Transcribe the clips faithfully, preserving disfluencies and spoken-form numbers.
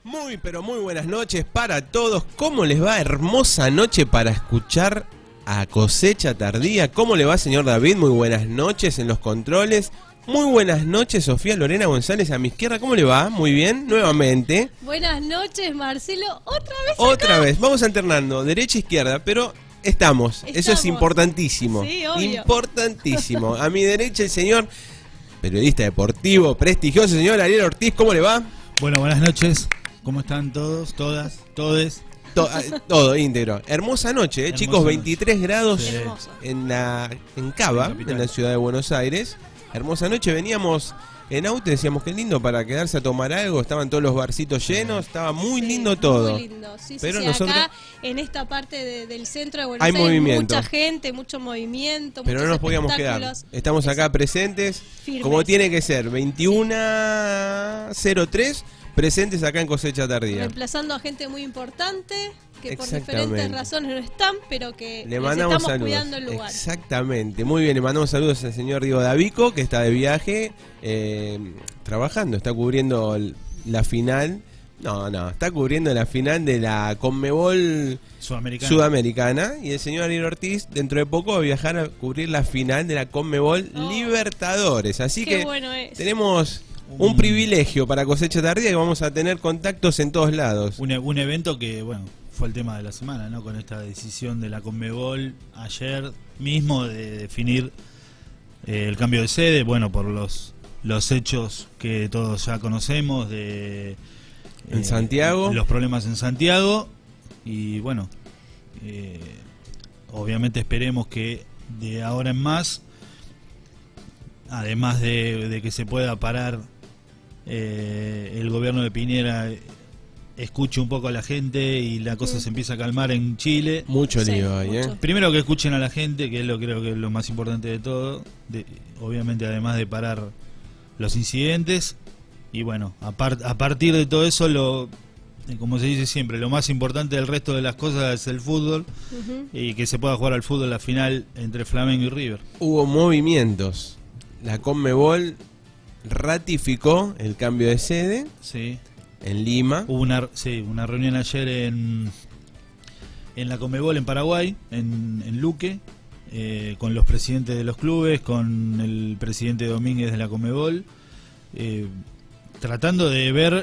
Muy, pero muy buenas noches para todos. ¿Cómo les va? Hermosa noche para escuchar a Cosecha Tardía. ¿Cómo le va, señor David? Muy buenas noches en los controles. Muy buenas noches, Sofía Lorena González a mi izquierda. ¿Cómo le va? Muy bien, nuevamente. Buenas noches, Marcelo. Otra vez Otra acá. vez. Vamos alternando derecha e izquierda, pero estamos. Estamos. Eso es importantísimo. Sí, obvio. Importantísimo. A mi derecha el señor periodista deportivo prestigioso, señor Ariel Ortiz. ¿Cómo le va? Bueno, buenas noches. ¿Cómo están todos, todas, todes? To- todo íntegro. Hermosa noche, ¿eh, Hermosa chicos. noche. veintitrés grados Sí. Hermoso. en la en Cava, En la capital. en la ciudad de Buenos Aires. Hermosa noche. Veníamos en auto y decíamos qué lindo para quedarse a tomar algo. Estaban todos los barcitos llenos. Estaba muy Sí, lindo todo. Muy lindo. Sí, sí, Pero sí, nosotros- acá en esta parte de- del centro de Buenos Hay Aires movimiento. mucha gente, mucho movimiento, Pero no muchos nos podíamos quedar. espectáculos. Estamos acá presentes, Firmes. como tiene que ser. veintiuno cero tres presentes acá en Cosecha Tardía. Reemplazando a gente muy importante que por Exactamente. diferentes razones no están, pero que Le les mandamos estamos saludos. cuidando el lugar. Exactamente. Muy bien, le mandamos saludos al señor Diego Davico, que está de viaje, eh, trabajando, está cubriendo el- la final. No, no, está cubriendo la final de la Conmebol Sudamericana. Sudamericana. Y el señor Ariel Ortiz, dentro de poco, va a viajar a cubrir la final de la Conmebol Oh. Libertadores. Así Qué que bueno es. tenemos un Un- privilegio para Cosecha Tardía y vamos a tener contactos en todos lados. Un, e- un evento que, bueno, fue el tema de la semana, ¿no? Con esta decisión de la Conmebol ayer mismo de definir eh, el cambio de sede, bueno, por los los hechos que todos ya conocemos de... En Santiago. Los problemas en Santiago. Y bueno, eh, obviamente esperemos que de ahora en más, además de, de que se pueda parar eh, el gobierno de Piñera, eh, escuche un poco a la gente y la cosa Mm. se empieza a calmar en Chile. Mucho Sí, lío ahí, ¿eh? mucho. Primero que escuchen a la gente, que es lo creo que es lo más importante de todo, de- obviamente además de parar los incidentes. Y bueno, a, par- a partir de todo eso, lo eh, como se dice siempre, lo más importante del resto de las cosas es el fútbol, Ujú. y que se pueda jugar al fútbol la final entre Flamengo y River. Hubo movimientos. La Conmebol ratificó el cambio de sede Sí. en Lima. Hubo una, sí, una reunión ayer en, en la Conmebol en Paraguay, en, en Luque, eh, con los presidentes de los clubes, con el presidente Domínguez de la Conmebol, eh, tratando de ver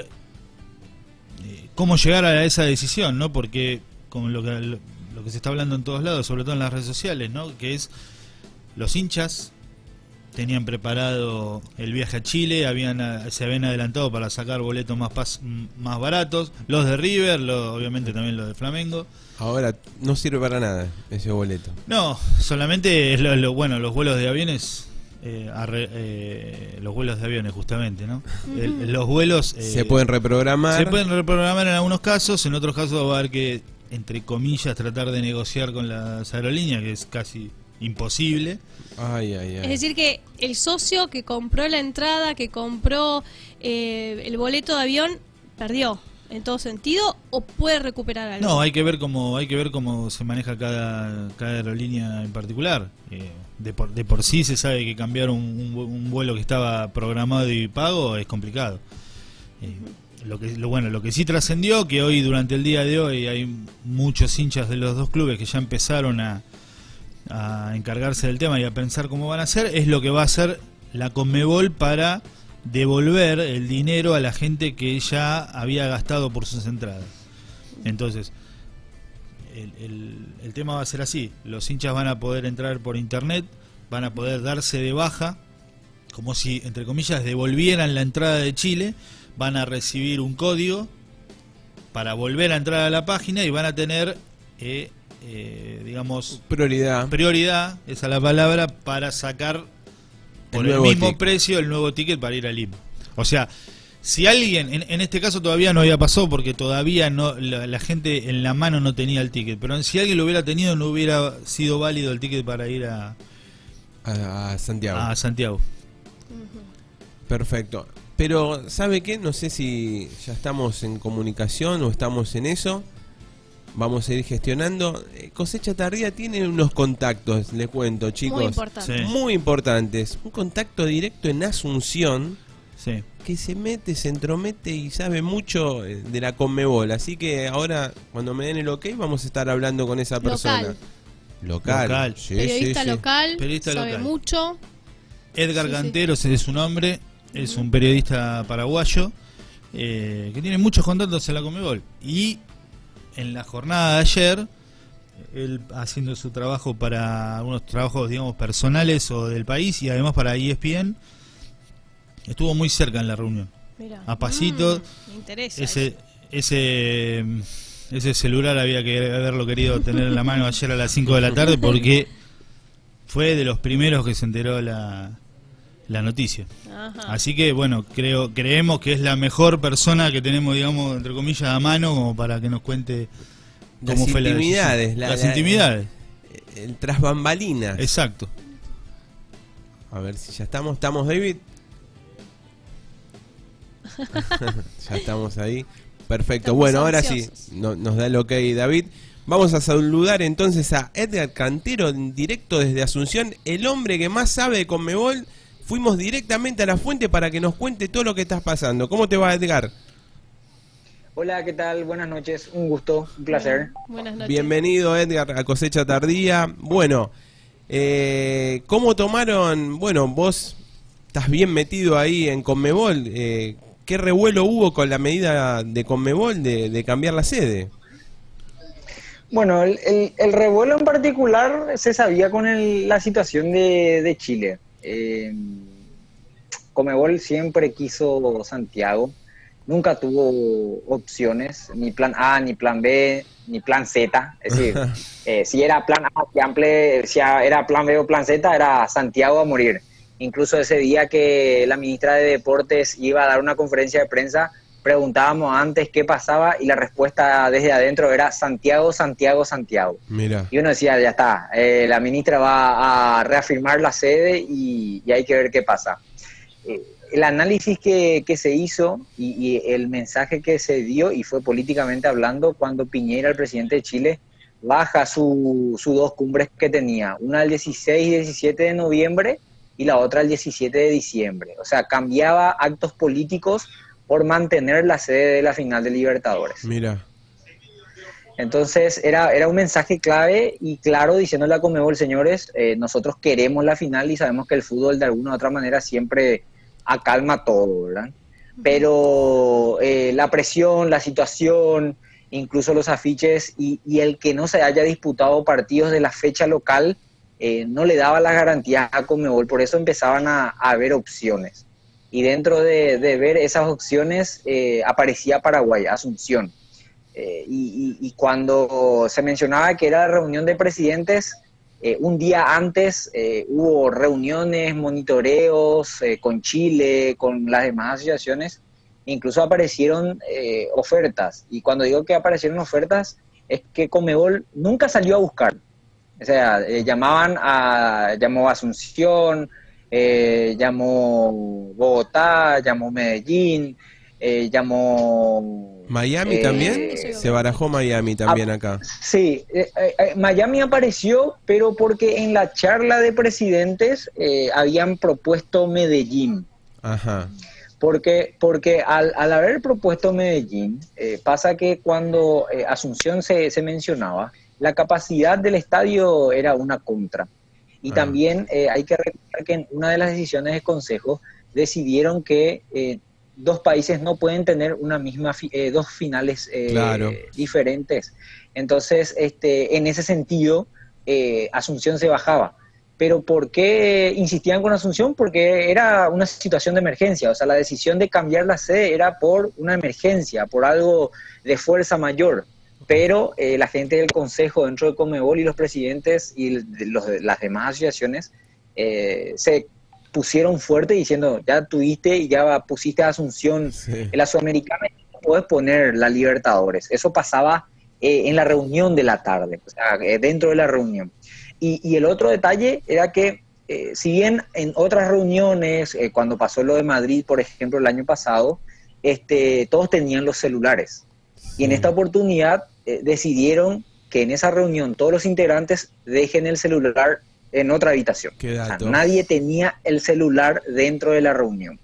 eh, cómo llegar a esa decisión, ¿no? Porque con lo que, lo, lo que se está hablando en todos lados, sobre todo en las redes sociales, ¿no? Que es los hinchas tenían preparado el viaje a Chile, habían a- se habían adelantado para sacar boletos más pas- más baratos, los de River, lo- obviamente también los de Flamengo. Ahora no sirve para nada ese boleto. No, solamente es lo, lo- bueno, los vuelos de aviones, eh, arre- eh, los vuelos de aviones justamente, ¿no? El- los vuelos eh, Se pueden reprogramar. se pueden reprogramar en algunos casos, en otros casos va a haber que, entre comillas, tratar de negociar con las aerolíneas, que es casi imposible. Ay, ay, ay. Es decir, que el socio que compró la entrada, que compró eh, el boleto de avión, perdió en todo sentido o puede recuperar algo. No, hay que ver cómo hay que ver cómo se maneja cada, cada aerolínea en particular. Eh, de, por, de por sí se sabe que cambiar un, un, vu- un vuelo que estaba programado y pago es complicado. Eh, lo que lo bueno, lo que sí trascendió, que hoy durante el día de hoy hay muchos hinchas de los dos clubes que ya empezaron a, a encargarse del tema y a pensar cómo van a hacer, es lo que va a hacer la Conmebol para devolver el dinero a la gente que ya había gastado por sus entradas. Entonces, el, el, el tema va a ser así: los hinchas van a poder entrar por internet, van a poder darse de baja, como si, entre comillas, devolvieran la entrada de Chile, van a recibir un código para volver a entrar a la página y van a tener, eh, eh, digamos, Prioridad. prioridad, esa es la palabra, para sacar por El el, nuevo mismo ticket. precio el nuevo ticket para ir a Lima. O sea, si alguien, en, en este caso todavía no había pasado porque todavía no la, la gente en la mano no tenía el ticket, pero si alguien lo hubiera tenido no hubiera sido válido el ticket para ir a, A, a Santiago. a Santiago. Ujú. Perfecto. Pero, ¿sabe qué? No sé si ya estamos en comunicación o estamos en eso. Vamos a ir gestionando. Eh, Cosecha Tardía tiene unos contactos, le cuento, chicos. Muy importante. Sí. Muy importantes. Un contacto directo en Asunción Sí. que se mete, se entromete y sabe mucho de la Conmebol. Así que ahora, cuando me den el ok, vamos a estar hablando con esa persona. Local. Local. Local. Sí, Periodista sí, sí. local, Periodista sabe local. mucho. Edgar Sí, sí. Ganteros es su nombre, es un periodista paraguayo eh, que tiene muchos contactos en la Conmebol. Y en la jornada de ayer, él haciendo su trabajo para algunos trabajos, digamos, personales o del país y además para E S P N, estuvo muy cerca en la reunión. Mirá. A pasito, Mm, me interesa ese, eso. ese, ese celular había que haberlo querido tener en la mano ayer a las cinco de la tarde porque fue de los primeros que se enteró la, la noticia. Ajá. Así que bueno, creo creemos que es la mejor persona que tenemos, digamos, entre comillas, a mano como para que nos cuente cómo Las fue la intimidades, decisión. la- Las la- intimidades, El tras bambalinas. exacto. A ver si ya estamos. ¿Estamos, David? Ya estamos ahí. Perfecto. Estamos Bueno, ahora ansiosos. sí, no- nos da el ok, David. Vamos a saludar entonces a Edgar Cantero, en directo desde Asunción, el hombre que más sabe de Conmebol. Fuimos directamente a la fuente para que nos cuente todo lo que estás pasando. ¿Cómo te va, Edgar? Hola, ¿qué tal? Buenas noches, un gusto, un placer. Buenas noches. Bienvenido, Edgar, a Cosecha Tardía. Bueno, eh, ¿cómo tomaron? Bueno, vos estás bien metido ahí en Conmebol. Eh, ¿Qué revuelo hubo con la medida de Conmebol de, de cambiar la sede? Bueno, el, el, el revuelo en particular se sabía con el- la situación de, de Chile. Eh, Conmebol siempre quiso Santiago, nunca tuvo opciones, ni plan A, ni plan B, ni plan Z. Es decir, eh, si era plan A, si ample- si era plan B o plan Z, era Santiago a morir. Incluso ese día que la ministra de Deportes iba a dar una conferencia de prensa, preguntábamos antes qué pasaba y la respuesta desde adentro era Santiago, Santiago, Santiago. Mira, Y uno decía, ya está, eh, la ministra va a reafirmar la sede y, y hay que ver qué pasa. Eh, el análisis que, que se hizo y, y el mensaje que se dio, y fue políticamente hablando, cuando Piñera, el presidente de Chile, baja sus su dos cumbres que tenía, una el dieciséis y diecisiete de noviembre y la otra el diecisiete de diciembre. O sea, cambiaba actos políticos por mantener la sede de la final de Libertadores. mira. Entonces era, era un mensaje clave y claro diciéndole a Conmebol, señores, eh, nosotros queremos la final y sabemos que el fútbol de alguna u otra manera siempre acalma todo, ¿verdad? Pero eh, la presión, la situación, incluso los afiches y, y el que no se haya disputado partidos de la fecha local eh, no le daba las garantías a Conmebol, por eso empezaban a, a haber opciones. Y dentro de, de ver esas opciones eh, aparecía Paraguay, Asunción. Eh, y, y, y cuando se mencionaba que era la reunión de presidentes, eh, un día antes eh, hubo reuniones, monitoreos eh, con Chile, con las demás asociaciones, incluso aparecieron eh, ofertas. Y cuando digo que aparecieron ofertas, es que Conmebol nunca salió a buscar. O sea, eh, llamaban a, llamó a Asunción, eh, llamó Bogotá, llamó Medellín, eh, llamó... ¿Miami eh, también? Se barajó Miami también acá. Sí, eh, eh, Miami apareció, pero porque en la charla de presidentes eh, habían propuesto Medellín. Ajá. Porque, porque al, al haber propuesto Medellín, eh, pasa que cuando eh, Asunción se, se mencionaba, la capacidad del estadio era una contra. Y Ah. también eh, hay que recordar que en una de las decisiones de consejo decidieron que eh, dos países no pueden tener una misma fi- eh, dos finales eh, Claro. diferentes. Entonces, este, en ese sentido, eh, Asunción se bajaba. Pero ¿por qué insistían con Asunción? Porque era una situación de emergencia. O sea, la decisión de cambiar la sede era por una emergencia, por algo de fuerza mayor. Pero eh, la gente del Consejo dentro de Conmebol y los presidentes y de los, de las demás asociaciones eh, se pusieron fuerte diciendo, ya tuviste y ya pusiste a Asunción Sí. en la Sudamericana y no puedes poner la Libertadores. Eso pasaba eh, en la reunión de la tarde, o sea, eh, dentro de la reunión. Y, y el otro detalle era que, eh, si bien en otras reuniones, eh, cuando pasó lo de Madrid, por ejemplo, el año pasado, este, todos tenían los celulares. Y en Sí. esta oportunidad eh, decidieron que en esa reunión todos los integrantes dejen el celular en otra habitación. Qué O sea, dato. nadie tenía el celular dentro de la reunión.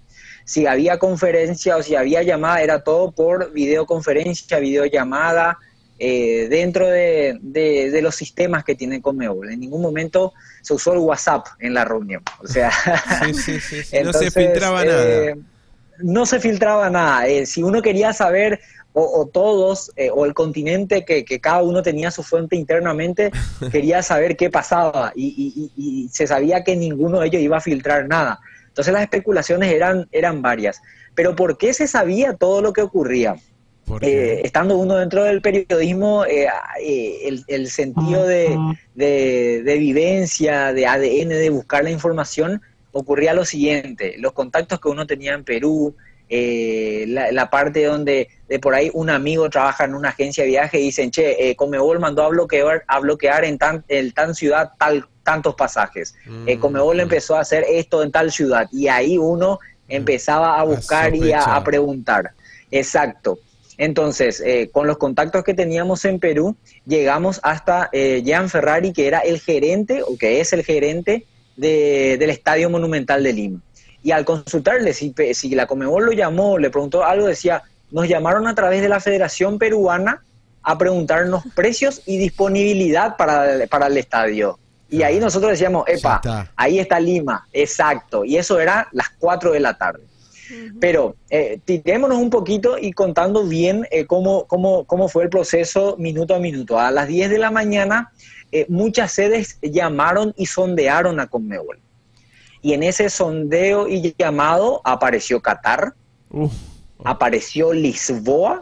si había conferencia o si había llamada, era todo por videoconferencia, videollamada, eh, dentro de, de, de los sistemas que tiene Conmebol. En ningún momento se usó el WhatsApp en la reunión. O sea, sí, sí, sí, sí. entonces, no se filtraba eh, nada. No se filtraba nada. Eh, si uno quería saber, o, o todos, eh, o el continente que, que cada uno tenía su fuente internamente, quería saber qué pasaba. Y, y, y, y se sabía que ninguno de ellos iba a filtrar nada. Entonces las especulaciones eran, eran varias. Pero ¿por qué se sabía todo lo que ocurría? Eh, estando uno dentro del periodismo, eh, eh, el, el sentido de, de, de vivencia, de A D N, de buscar la información, ocurría lo siguiente: los contactos que uno tenía en Perú, eh, la, la parte donde de por ahí un amigo trabaja en una agencia de viaje y dicen, che, eh, Conmebol mandó a bloquear, a bloquear en tan, en tan ciudad tal, tantos pasajes, mm, eh, Conmebol mm. empezó a hacer esto en tal ciudad, y ahí uno empezaba a buscar a y a, a preguntar. Exacto. Entonces, eh, con los contactos que teníamos en Perú, llegamos hasta eh, Jean Ferrari, que era el gerente, o que es el gerente de, del Estadio Monumental de Lima. Y al consultarle si, si la Conmebol lo llamó, le preguntó algo, decía, nos llamaron a través de la Federación Peruana a preguntarnos precios y disponibilidad para, para el estadio. Y ahí nosotros decíamos, epa, está. ahí está Lima, exacto. Y eso era las cuatro de la tarde. Pero eh, tirémonos un poquito y contando bien eh, cómo, cómo, cómo fue el proceso minuto a minuto. A las diez de la mañana eh, muchas sedes llamaron y sondearon a Conmebol. Y en ese sondeo y llamado apareció Qatar, uh, uh. apareció Lisboa,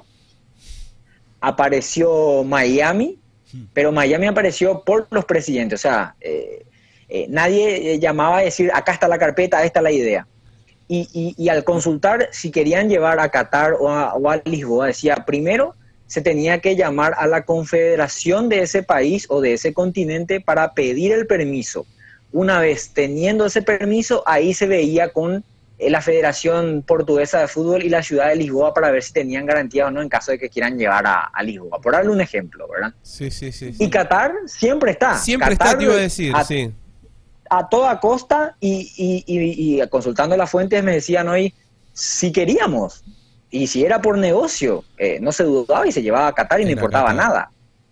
apareció Miami, pero Miami apareció por los presidentes. O sea, eh, eh, nadie llamaba a decir, acá está la carpeta, esta es la idea. Y, y, y al consultar si querían llevar a Qatar o a, o a Lisboa, decía, primero se tenía que llamar a la confederación de ese país o de ese continente para pedir el permiso. Una vez teniendo ese permiso, ahí se veía con eh, la Federación Portuguesa de Fútbol y la ciudad de Lisboa para ver si tenían garantía o no en caso de que quieran llevar a, a Lisboa. Por darle un ejemplo, ¿verdad? Sí, sí, sí. sí. Y Qatar siempre está. Siempre Qatar, está, te iba a decir, a, sí. a toda costa, y, y, y, y consultando las fuentes me decían hoy si queríamos, y si era por negocio, eh, no se dudaba y se llevaba a Qatar y era no importaba Qatar. nada.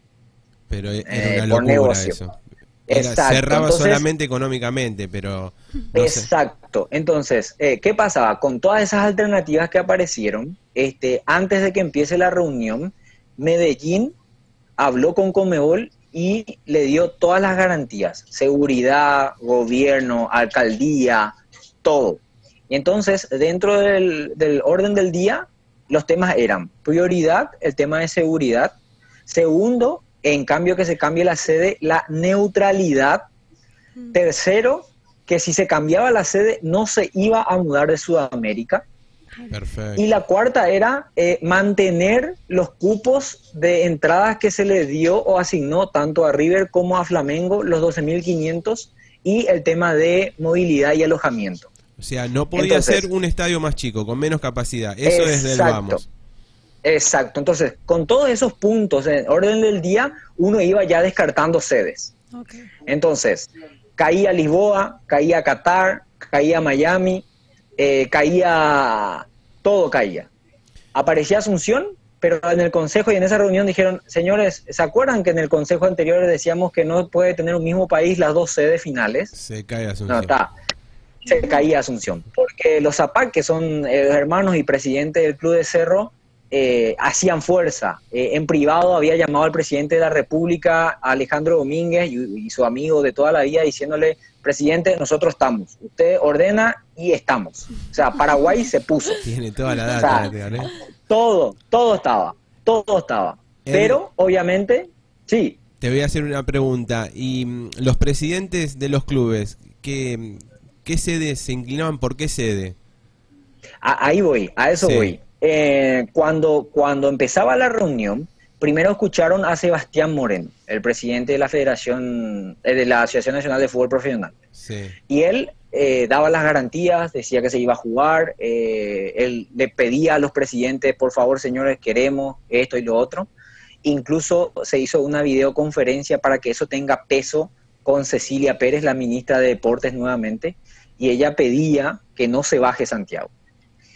Pero era eh, una locura negocio. Eso. Era, exacto. Cerraba Entonces, solamente económicamente, pero... No exacto. Sé. Entonces, eh, ¿qué pasaba? Con todas esas alternativas que aparecieron, este, antes de que empiece la reunión, Medellín habló con Conmebol y le dio todas las garantías, seguridad, gobierno, alcaldía, todo. Y entonces, dentro del, del orden del día, los temas eran, prioridad, el tema de seguridad. Segundo, en cambio que se cambie la sede, la neutralidad. Mm. Tercero, que si se cambiaba la sede, no se iba a mudar de Sudamérica. Perfecto. Y la cuarta era eh, mantener los cupos de entradas que se le dio o asignó tanto a River como a Flamengo, los doce mil quinientos, y el tema de movilidad y alojamiento. O sea, no podía Entonces, ser un estadio más chico, con menos capacidad. Eso es del vamos. Exacto. Entonces, con todos esos puntos en orden del día, uno iba ya descartando sedes. Okay. Entonces, caía Lisboa, caía Qatar, caía Miami, Eh, caía, todo caía. Aparecía Asunción, pero en el consejo y en esa reunión dijeron, señores, ¿se acuerdan que en el consejo anterior decíamos que no puede tener un mismo país las dos sedes finales? Se cae Asunción. No, está. Se caía Asunción. Porque los Zapac, que son eh, hermanos y presidentes del Club de Cerro, eh, hacían fuerza. Eh, en privado había llamado al presidente de la República, Alejandro Domínguez, y, y su amigo de toda la vida, diciéndole, presidente, nosotros estamos. Usted ordena y estamos. O sea, Paraguay se puso. Tiene toda la data. O sea, ¿no? Todo, todo estaba. Todo estaba. Eh, Pero, obviamente, sí. Te voy a hacer una pregunta. ¿Y mm, los presidentes de los clubes, qué, qué sede se inclinaban? ¿Por qué sede? A, ahí voy, a eso sí. voy. Eh, cuando, cuando empezaba la reunión, primero escucharon a Sebastián Moreno, el presidente de la Federación, eh, de la Asociación Nacional de Fútbol Profesional. Sí. Y él eh, daba las garantías, decía que se iba a jugar, eh, él le pedía a los presidentes, por favor, señores, queremos esto y lo otro. Incluso se hizo una videoconferencia para que eso tenga peso con Cecilia Pérez, la ministra de Deportes nuevamente, y ella pedía que no se baje Santiago.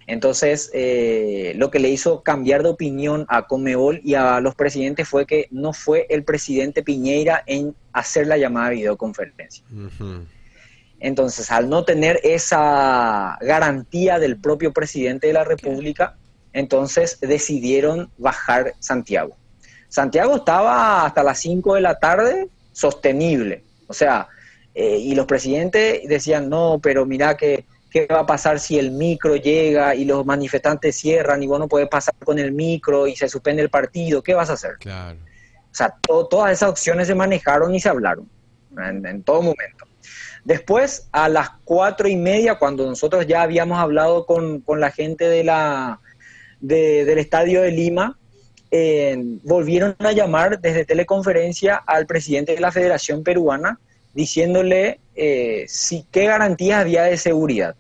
Entonces, eh, lo que le hizo cambiar de opinión a Conmebol y a los presidentes fue que no fue el presidente Piñera en hacer la llamada de videoconferencia. Uh-huh. Entonces, al no tener esa garantía del propio presidente de la República, entonces decidieron bajar Santiago. Santiago estaba hasta las cinco de la tarde sostenible, o sea, eh, y los presidentes decían, no, pero mira que ¿qué va a pasar si el micro llega y los manifestantes cierran y vos no podés pasar con el micro y se suspende el partido? ¿Qué vas a hacer? Claro. O sea, to- todas esas opciones se manejaron y se hablaron en, en todo momento. Después, a las cuatro y media, cuando nosotros ya habíamos hablado con, con la gente de la, de, del Estadio de Lima, eh, volvieron a llamar desde teleconferencia al presidente de la Federación Peruana, diciéndole eh, si, qué garantías había de seguridad.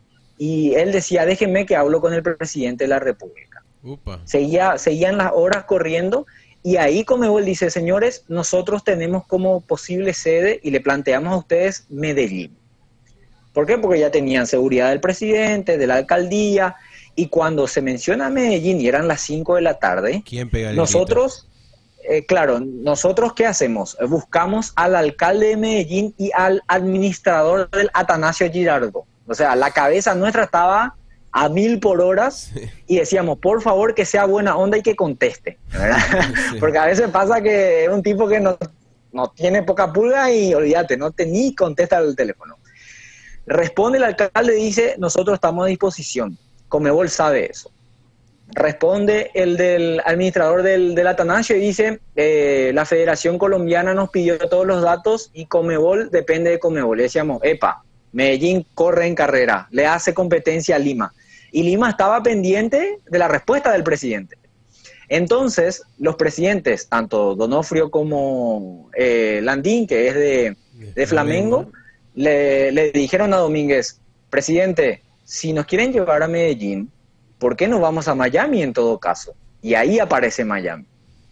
Y él decía, déjenme que hablo con el presidente de la República. Upa. Seguía, seguían las horas corriendo y ahí Conmebol dice, señores, nosotros tenemos como posible sede y le planteamos a ustedes Medellín. ¿Por qué? Porque ya tenían seguridad del presidente, de la alcaldía, y cuando se menciona Medellín y eran las cinco de la tarde, ¿quién pega el nosotros... Eh, claro, nosotros ¿qué hacemos? Buscamos al alcalde de Medellín y al administrador del Atanasio Girardot. O sea, la cabeza nuestra estaba a mil por horas sí. Y decíamos, por favor, que sea buena onda y que conteste, ¿verdad? Sí. Porque a veces pasa que es un tipo que no, no tiene poca pulga y olvídate, no te ni contesta el teléfono. Responde el alcalde y dice, nosotros estamos a disposición. Conmebol sabe eso. Responde el del administrador del, del Atanasio y dice, eh, la Federación Colombiana nos pidió todos los datos y Conmebol depende de Conmebol. Le decíamos, epa, Medellín corre en carrera, le hace competencia a Lima. Y Lima estaba pendiente de la respuesta del presidente. Entonces, los presidentes, tanto Donofrio como eh, Landín, que es de, de Flamengo, le, le dijeron a Domínguez, presidente, si nos quieren llevar a Medellín, ¿por qué no vamos a Miami en todo caso? Y ahí aparece Miami.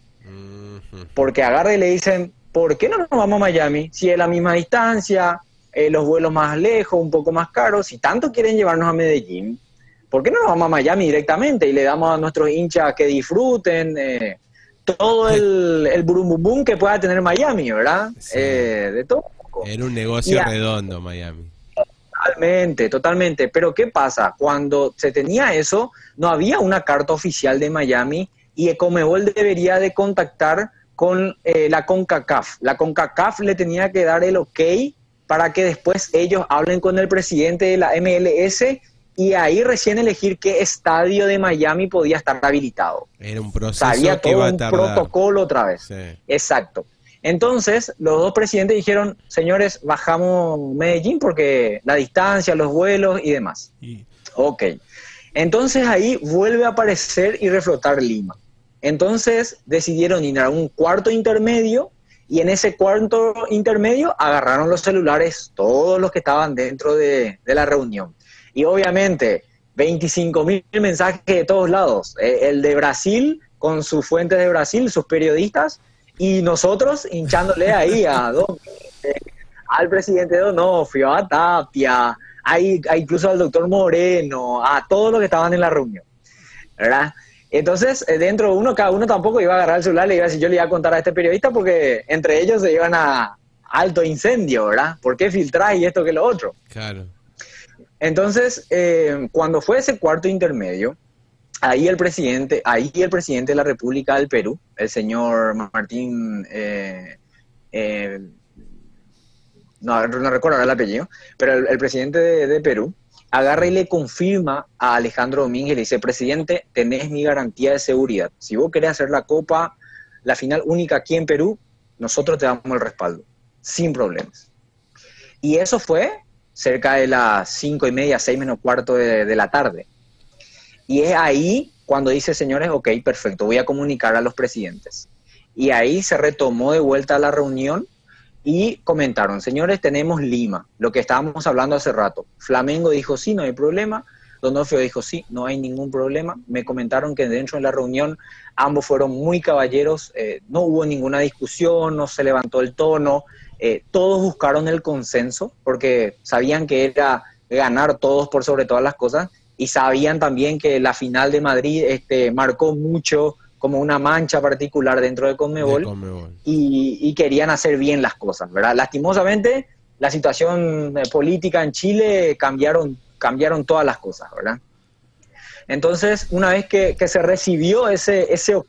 Porque agarra y le dicen, ¿por qué no nos vamos a Miami? Si es la misma distancia, eh, los vuelos más lejos, un poco más caros, si tanto quieren llevarnos a Medellín, ¿por qué no nos vamos a Miami directamente? Y le damos a nuestros hinchas que disfruten eh, todo el, el burum bum bum que pueda tener Miami, ¿verdad? Sí. Eh, de todo. Era un negocio a... redondo Miami. Totalmente, totalmente. Pero ¿qué pasa? Cuando se tenía eso, no había una carta oficial de Miami y Conmebol debería de contactar con eh, la CONCACAF. La CONCACAF le tenía que dar el ok para que después ellos hablen con el presidente de la M L S y ahí recién elegir qué estadio de Miami podía estar habilitado. Era un proceso Había que todo iba a un tardar. protocolo otra vez. Sí. Exacto. Entonces, los dos presidentes dijeron, señores, bajamos Medellín porque la distancia, los vuelos y demás. Y... Ok. Entonces ahí vuelve a aparecer y reflotar Lima. Entonces decidieron ir a un cuarto intermedio y en ese cuarto intermedio agarraron los celulares todos los que estaban dentro de, de la reunión. Y obviamente, veinticinco mil mensajes de todos lados. Eh, el de Brasil, con sus fuentes de Brasil, sus periodistas, y nosotros hinchándole ahí a Don, eh, al presidente Donofrio, a Tapia, a, a incluso al doctor Moreno, a todos los que estaban en la reunión, ¿verdad? Entonces, eh, dentro de uno, cada uno tampoco iba a agarrar el celular y le iba a decir, yo le iba a contar a este periodista porque entre ellos se iban a alto incendio, ¿verdad? ¿Por qué filtrar y esto que lo otro? Claro. Entonces, eh, cuando fue ese cuarto intermedio, ahí el presidente, ahí el presidente de la República del Perú, el señor Martín, eh, eh, no, no recuerdo ahora el apellido, pero el, el presidente de, de Perú agarra y le confirma a Alejandro Domínguez y le dice, presidente, tenés mi garantía de seguridad. Si vos querés hacer la Copa, la final única aquí en Perú, nosotros te damos el respaldo, sin problemas. Y eso fue cerca de las cinco y media, seis menos cuarto de, de la tarde. Y es ahí cuando dice, señores, ok, perfecto, voy a comunicar a los presidentes. Y ahí se retomó de vuelta a la reunión y comentaron, señores, tenemos Lima, lo que estábamos hablando hace rato. Flamengo dijo, sí, no hay problema. Donofrio dijo, sí, no hay ningún problema. Me comentaron que dentro de la reunión ambos fueron muy caballeros, eh, no hubo ninguna discusión, no se levantó el tono. Eh, todos buscaron el consenso porque sabían que era ganar todos por sobre todas las cosas. y sabían también que la final de Madrid este, marcó mucho como una mancha particular dentro de Conmebol, de Conmebol. Y, y querían hacer bien las cosas, ¿verdad? Lastimosamente, la situación eh, política en Chile cambiaron, cambiaron todas las cosas, ¿verdad? Entonces, una vez que, que se recibió ese, ese ok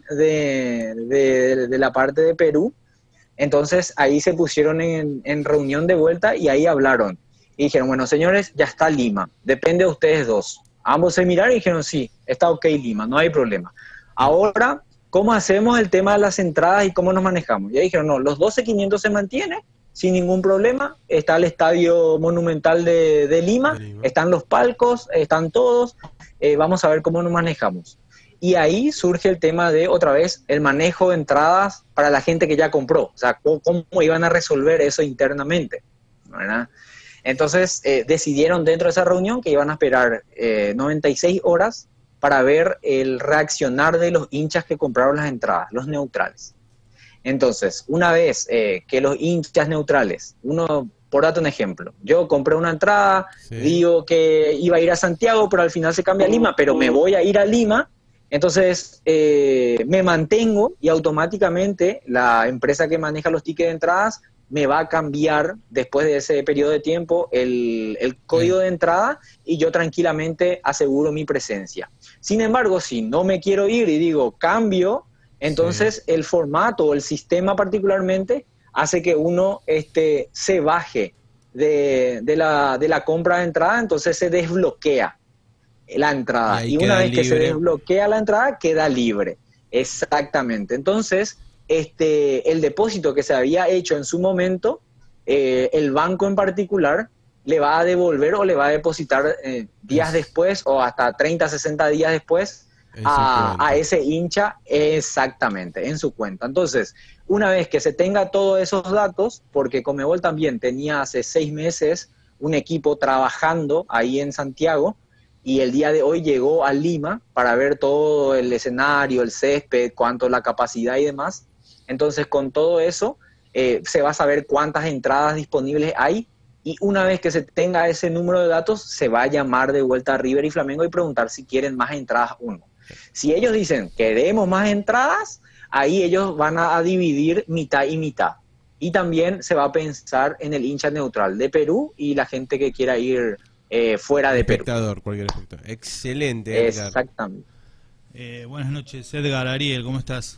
de, de, de la parte de Perú, entonces ahí se pusieron en, en reunión de vuelta y ahí hablaron. Y dijeron, bueno, señores, ya está Lima, depende de ustedes dos. Ambos se miraron y dijeron, sí, está ok Lima, no hay problema. Ahora, ¿cómo hacemos el tema de las entradas y cómo nos manejamos? Y ahí dijeron, no, los doce mil quinientos se mantiene sin ningún problema. Está el Estadio Monumental de, de Lima, están los palcos, están todos. Eh, vamos a ver cómo nos manejamos. Y ahí surge el tema de, otra vez, el manejo de entradas para la gente que ya compró. O sea, cómo, cómo iban a resolver eso internamente, ¿verdad? Entonces, eh, decidieron dentro de esa reunión que iban a esperar eh, noventa y seis horas para ver el reaccionar de los hinchas que compraron las entradas, los neutrales. Entonces, una vez eh, que los hinchas neutrales, uno, por darte un ejemplo, yo compré una entrada, sí. digo que iba a ir a Santiago, pero al final se cambia a Lima, pero me voy a ir a Lima, entonces eh, me mantengo y automáticamente la empresa que maneja los tickets de entradas me va a cambiar después de ese periodo de tiempo el, el código de entrada y yo tranquilamente aseguro mi presencia. Sin embargo, si no me quiero ir y digo cambio, entonces sí. el formato o el sistema particularmente hace que uno este, se baje de, de, la, de la compra de entrada, entonces se desbloquea la entrada. Y, y una vez libre. que se desbloquea la entrada, queda libre. Exactamente. Entonces, este, el depósito que se había hecho en su momento, eh, el banco en particular le va a devolver o le va a depositar eh, días es. después o hasta treinta, sesenta días después a, a ese hincha, exactamente, en su cuenta. Entonces, una vez que se tenga todos esos datos, porque Conmebol también tenía hace seis meses un equipo trabajando ahí en Santiago, y el día de hoy llegó a Lima para ver todo el escenario, el césped, cuánto la capacidad y demás. Entonces, con todo eso, eh, se va a saber cuántas entradas disponibles hay, y una vez que se tenga ese número de datos, se va a llamar de vuelta a River y Flamengo y preguntar si quieren más entradas o no. Si ellos dicen, queremos más entradas, ahí ellos van a, a dividir mitad y mitad. Y también se va a pensar en el hincha neutral de Perú y la gente que quiera ir eh, fuera de espectador, Perú. Cualquier espectador. Excelente, Edgar. Exactamente. Eh, buenas noches, Edgar. Ariel, ¿cómo estás?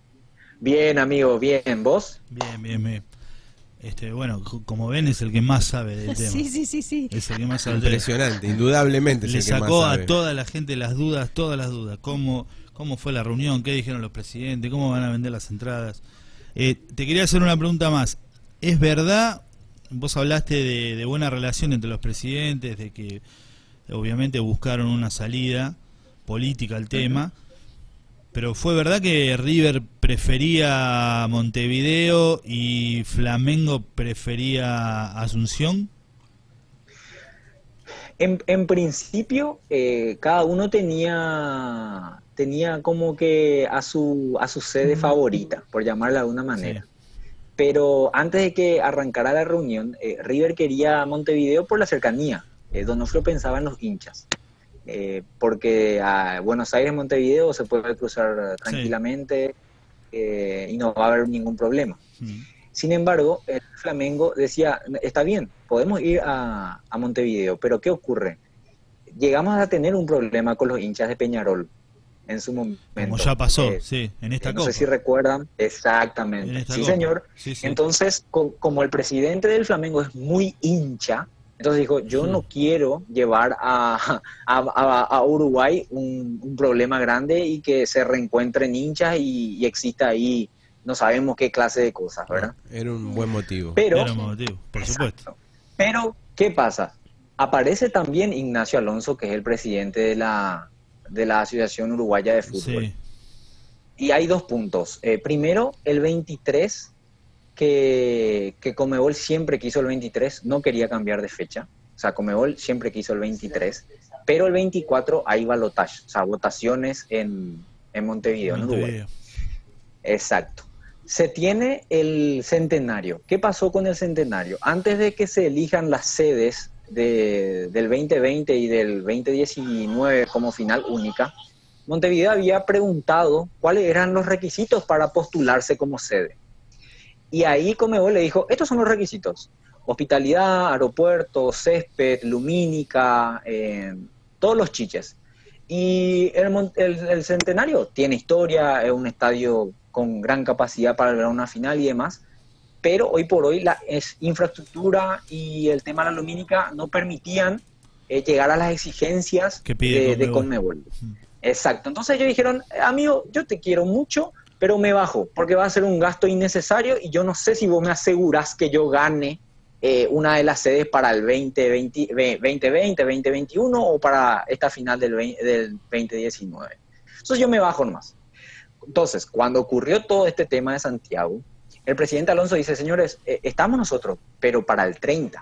Bien, amigo, bien. ¿Vos? Bien, bien, bien. Este, bueno, como ven, es el que más sabe del tema. Sí, sí, sí, sí. Es el que más sabe. Impresionante, indudablemente. Es Le el que más sacó sabe. a toda la gente las dudas, todas las dudas. ¿Cómo, cómo fue la reunión? ¿Qué dijeron los presidentes? ¿Cómo van a vender las entradas? Eh, te quería hacer una pregunta más. ¿Es verdad? Vos hablaste de, de buena relación entre los presidentes, de que obviamente buscaron una salida política al tema. Pero ¿fue verdad que River prefería Montevideo y Flamengo prefería Asunción? En, en principio, eh, cada uno tenía, tenía como que a su, a su sede favorita, por llamarla de alguna manera. Sí. Pero antes de que arrancara la reunión, eh, River quería Montevideo por la cercanía. Eh, Donofrio pensaba en los hinchas. Eh, porque a Buenos Aires, Montevideo se puede cruzar tranquilamente, sí. eh, y no va a haber ningún problema. Sí. Sin embargo, el Flamengo decía, está bien, podemos ir a, a Montevideo, pero ¿qué ocurre? Llegamos a tener un problema con los hinchas de Peñarol en su momento. Como ya pasó, eh, sí, en esta eh, Copa. No sé si recuerdan, exactamente. Sí, Copa. señor. Sí, sí. Entonces, co como el presidente del Flamengo es muy hincha, entonces dijo, yo sí. no quiero llevar a, a, a, a Uruguay un, un problema grande y que se reencuentren hinchas y, y exista ahí, no sabemos qué clase de cosas, ¿verdad? Era un buen motivo. Pero, Era un buen motivo, por exacto. supuesto. Pero, ¿qué pasa? Aparece también Ignacio Alonso, que es el presidente de la, de la Asociación Uruguaya de Fútbol. Sí. Y hay dos puntos. Eh, primero, el veintitrés... que, que Conmebol siempre quiso el veintitrés, no quería cambiar de fecha. O sea, Conmebol siempre quiso el veintitrés, pero el veinticuatro hay balotaje, o sea, votaciones en, en Montevideo, en Uruguay. Exacto. Se tiene el centenario. ¿Qué pasó con el centenario? Antes de que se elijan las sedes de, del veinte veinte y del veinte diecinueve como final única, Montevideo había preguntado cuáles eran los requisitos para postularse como sede. Y ahí Conmebol le dijo, estos son los requisitos: hospitalidad, aeropuerto, césped, lumínica, eh, todos los chiches. Y el, el, el Centenario tiene historia, es un estadio con gran capacidad para lograr una final y demás, pero hoy por hoy la es, infraestructura y el tema de la lumínica no permitían eh, llegar a las exigencias que pide de, de Conmebol. Hmm. Exacto. Entonces ellos dijeron, amigo, yo te quiero mucho, pero me bajo, porque va a ser un gasto innecesario y yo no sé si vos me asegurás que yo gane eh, una de las sedes para el veinte veinte, veinte veinte, veinte veintiuno o para esta final del, veinte, del veinte diecinueve. Entonces yo me bajo nomás. Entonces, cuando ocurrió todo este tema de Santiago, el presidente Alonso dice, señores, eh, estamos nosotros, pero para el treinta,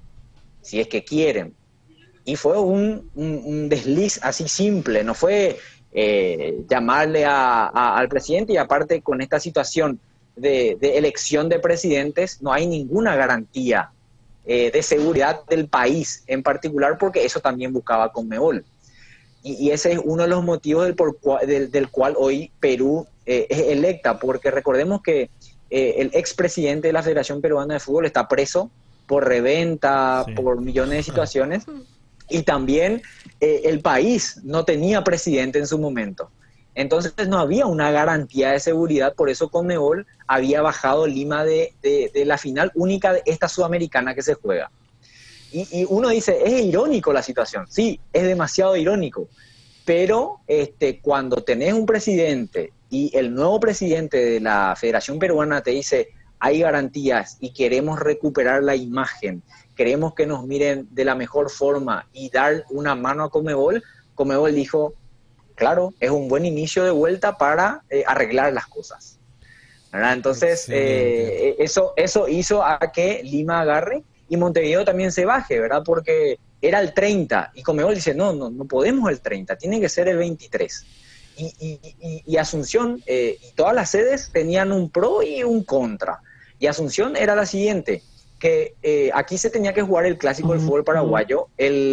si es que quieren. Y fue un, un, un desliz así simple, no fue eh, llamarle a, a, al presidente, y aparte con esta situación de, de elección de presidentes, no hay ninguna garantía eh, de seguridad del país en particular, porque eso también buscaba Conmebol. Y, y ese es uno de los motivos del, por cual, del, del cual hoy Perú eh, es electa, porque recordemos que eh, el expresidente de la Federación Peruana de Fútbol está preso por reventa, sí. por millones de situaciones, y también eh, el país no tenía presidente en su momento. Entonces no había una garantía de seguridad, por eso Conmebol había bajado Lima de, de, de la final única de esta sudamericana que se juega. Y, y uno dice, es irónico la situación. Sí, es demasiado irónico. Pero este, cuando tenés un presidente y el nuevo presidente de la Federación Peruana te dice, hay garantías y queremos recuperar la imagen, queremos que nos miren de la mejor forma y dar una mano a Conmebol, Conmebol dijo, claro, es un buen inicio de vuelta para eh, arreglar las cosas. ¿Verdad? Entonces, eh, eso, eso hizo a que Lima agarre y Montevideo también se baje, ¿verdad? Porque era el treinta y Conmebol dice, no, no, no podemos el treinta, tiene que ser el veintitrés. Y, y, y, y Asunción, eh, y todas las sedes tenían un pro y un contra. Y Asunción era la siguiente, que eh, aquí se tenía que jugar el clásico del fútbol paraguayo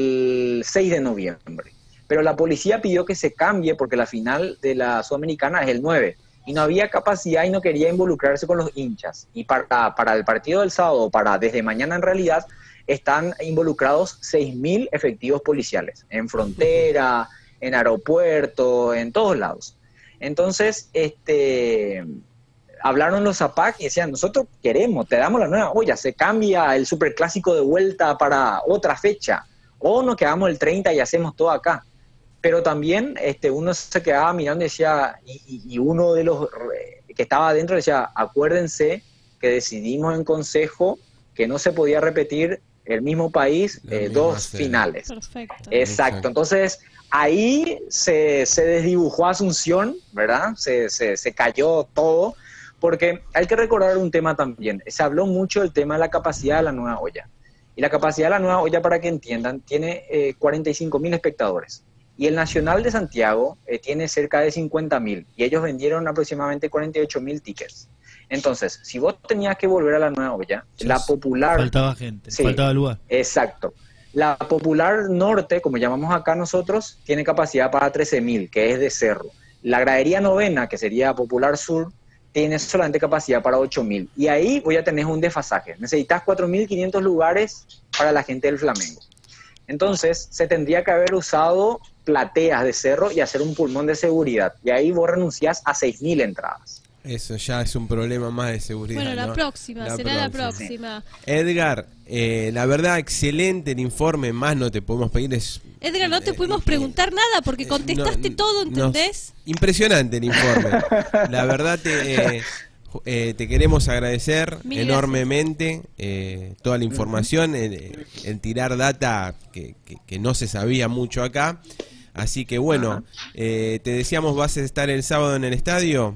el seis de noviembre. Pero la policía pidió que se cambie porque la final de la Sudamericana es el nueve. Y no había capacidad y no quería involucrarse con los hinchas. Y para, para el partido del sábado, para desde mañana en realidad, están involucrados seis mil efectivos policiales. En frontera, en aeropuerto, en todos lados. Entonces, este... hablaron los A P A C y decían, nosotros queremos, te damos la nueva olla, se cambia el superclásico de vuelta para otra fecha, o nos quedamos el treinta y hacemos todo acá. Pero también este, uno se quedaba mirando y decía, y, y uno de los que estaba adentro decía, acuérdense que decidimos en consejo que no se podía repetir el mismo país eh, dos serie. finales. Perfecto. Exacto. Exacto. Entonces, ahí se, se desdibujó Asunción, ¿verdad? Se, se, se cayó todo. Porque hay que recordar un tema también. Se habló mucho del tema de la capacidad de la nueva olla. Y la capacidad de la nueva olla, para que entiendan, tiene eh, cuarenta y cinco mil espectadores. Y el Nacional de Santiago eh, tiene cerca de cincuenta mil. Y ellos vendieron aproximadamente cuarenta y ocho mil tickets. Entonces, si vos tenías que volver a la nueva olla, sí, la popular... Faltaba gente, sí, faltaba lugar. Exacto. La popular norte, como llamamos acá nosotros, tiene capacidad para trece mil, que es de cerro. La gradería novena, que sería popular sur, tiene solamente capacidad para ocho mil. Y ahí voy a tener un desfasaje. Necesitas cuatro mil quinientos lugares para la gente del Flamengo. Entonces, se tendría que haber usado plateas de cerro y hacer un pulmón de seguridad. Y ahí vos renunciás a seis mil entradas. Eso ya es un problema más de seguridad. Bueno, la ¿no? próxima, la será próxima. la próxima. Edgar, eh, la verdad, excelente el informe, más no te podemos pedir. Es, Edgar, no te eh, pudimos eh, preguntar nada porque eh, contestaste no, todo, no, ¿entendés? Impresionante el informe. La verdad, te, eh, eh, te queremos agradecer Mil enormemente eh, toda la información, el, el tirar data que, que, que no se sabía mucho acá. Así que bueno, eh, te decíamos, ¿vas a estar el sábado en el estadio?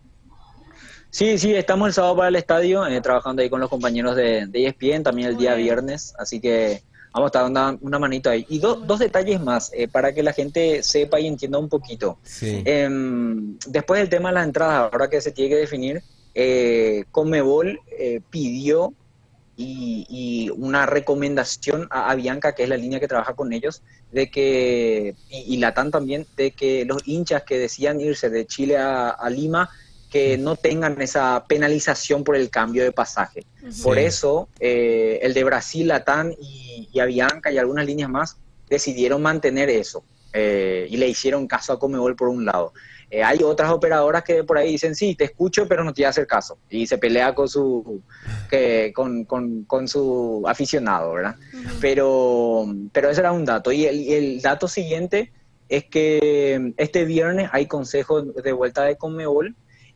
Sí, sí, estamos el sábado para el estadio, eh, trabajando ahí con los compañeros de, de E S P N, también el día viernes, así que vamos a estar dando una manito ahí. Y do, dos detalles más, eh, para que la gente sepa y entienda un poquito. Sí. Eh, después del tema de las entradas, ahora que se tiene que definir, eh, Conmebol eh, pidió y, y una recomendación a, a Bianca, que es la línea que trabaja con ellos, de que, y, y Latam también, de que los hinchas que decían irse de Chile a, a Lima, que no tengan esa penalización por el cambio de pasaje. Sí. Por eso, eh, el de Brasil, Latam y, y Avianca y algunas líneas más decidieron mantener eso, eh, y le hicieron caso a Conmebol por un lado. Eh, hay otras operadoras que por ahí dicen, sí, te escucho, pero no te voy a hacer caso. Y se pelea con su que, con, con, con su aficionado, ¿verdad? Uh-huh. Pero, pero ese era un dato. Y el, el dato siguiente es que este viernes hay consejo de vuelta de Conmebol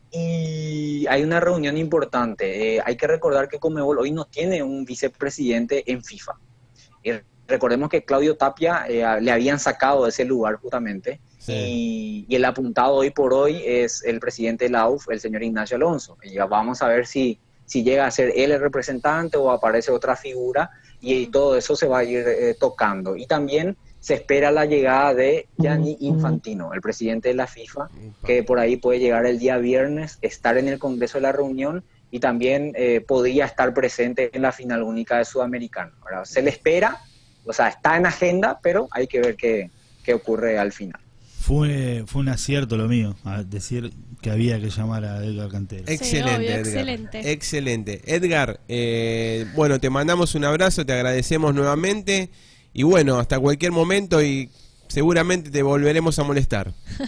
y hay una reunión importante. Eh, hay que recordar que Conmebol hoy no tiene un vicepresidente en FIFA. Eh, recordemos que Claudio Tapia eh, le habían sacado de ese lugar justamente. Sí. Y, y el apuntado hoy por hoy es el presidente de la U F, el señor Ignacio Alonso. Y ya vamos a ver si, si llega a ser él el representante o aparece otra figura, y, y todo eso se va a ir eh, tocando. Y también se espera la llegada de Gianni Infantino, el presidente de la FIFA, que por ahí puede llegar el día viernes, estar en el Congreso de la reunión y también eh, podría estar presente en la final única de Sudamericano, ¿verdad? Se le espera, o sea, está en agenda, pero hay que ver qué, qué ocurre al final. Fue, fue un acierto lo mío, a decir que había que llamar a Edgar Cantero. Excelente, sí, obvio, Edgar. Excelente. Excelente. Edgar, eh, bueno, te mandamos un abrazo, te agradecemos nuevamente y bueno, hasta cualquier momento y seguramente te volveremos a molestar.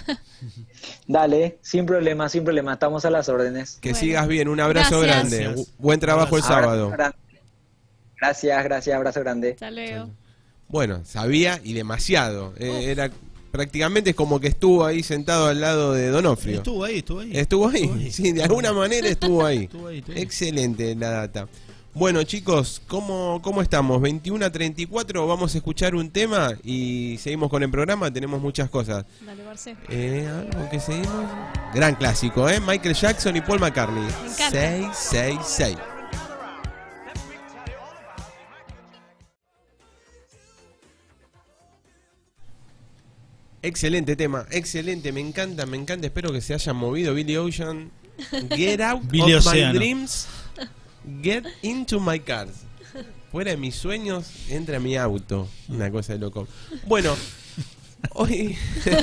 Dale, sin problema, sin problema, estamos a las órdenes. Que bueno. sigas bien, un abrazo Gracias. grande. Gracias. Buen trabajo Abrazo. el sábado. Gracias, gracias, abrazo grande. Hasta luego. Bueno, sabía y demasiado. Eh, era prácticamente es como que estuvo ahí sentado al lado de Donofrio. Estuvo ahí, estuvo ahí. Estuvo ahí, Estuvo ahí. sí, de alguna manera estuvo ahí. Estuvo ahí, estuvo ahí. Excelente la data. Bueno, chicos, ¿cómo, cómo estamos? veintiuno a treinta y cuatro, vamos a escuchar un tema y seguimos con el programa, tenemos muchas cosas. Dale, Marce. Eh, ¿algo que seguimos? Gran clásico, ¿eh? Michael Jackson y Paul McCartney. Me encanta. seis seis seis. Excelente tema, excelente, me encanta, me encanta, espero que se haya movido Billy Ocean. Get out Billy of Oceano. my dreams, get into my cars. Fuera de mis sueños, entra a mi auto. Una cosa de loco. Bueno, hoy...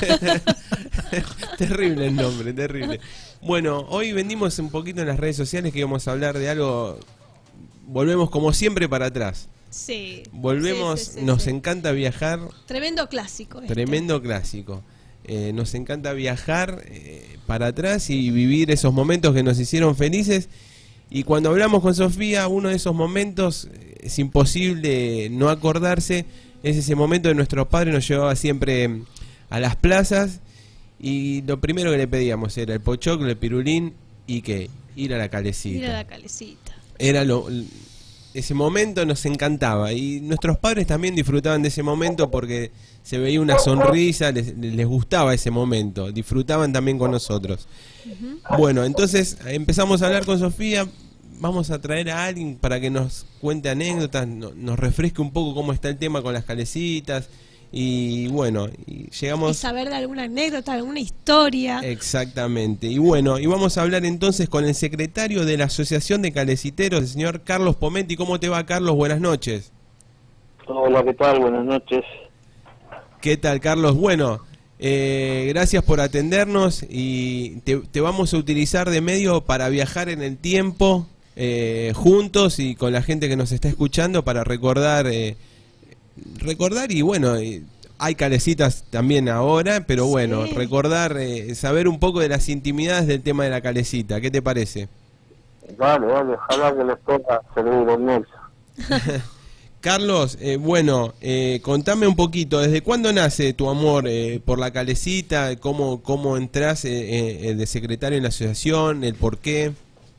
terrible el nombre, terrible. Bueno, hoy vendimos un poquito en las redes sociales que íbamos a hablar de algo... Volvemos como siempre para atrás. Sí. Volvemos, Sí, sí, sí, nos sí. encanta viajar. Tremendo clásico. este. Tremendo clásico. Eh, nos encanta viajar eh, para atrás y vivir esos momentos que nos hicieron felices. Y cuando hablamos con Sofía, uno de esos momentos eh, es imposible no acordarse. Es ese momento de nuestros padres nos llevaba siempre a las plazas y lo primero que le pedíamos era el pochoclo, el pirulín y que ir a la calecita. Mira la calecita. Era lo, ese momento nos encantaba y nuestros padres también disfrutaban de ese momento porque se veía una sonrisa, les, les gustaba ese momento, disfrutaban también con nosotros. Uh-huh. Bueno, entonces empezamos a hablar con Sofía, vamos a traer a alguien para que nos cuente anécdotas, no, nos refresque un poco cómo está el tema con las calecitas y bueno, y llegamos... Y saber de alguna anécdota, alguna historia. Exactamente. Y bueno, y vamos a hablar entonces con el secretario de la Asociación de Caleciteros, el señor Carlos Pomenti. ¿Cómo te va, Carlos? Buenas noches. Hola, ¿qué tal? Buenas noches. ¿Qué tal, Carlos? Bueno, eh, gracias por atendernos y te, te vamos a utilizar de medio para viajar en el tiempo eh, juntos y con la gente que nos está escuchando para recordar... Eh, recordar y bueno, eh, hay calecitas también ahora, pero bueno, sí. recordar, eh, saber un poco de las intimidades del tema de la calecita. ¿Qué te parece? Vale, vale, ojalá que les toca servir el Nelson. Carlos, eh, bueno, eh, contame un poquito, ¿desde cuándo nace tu amor eh, por la calecita? ¿Cómo, cómo entras eh, eh, de secretario en la asociación? ¿El por qué?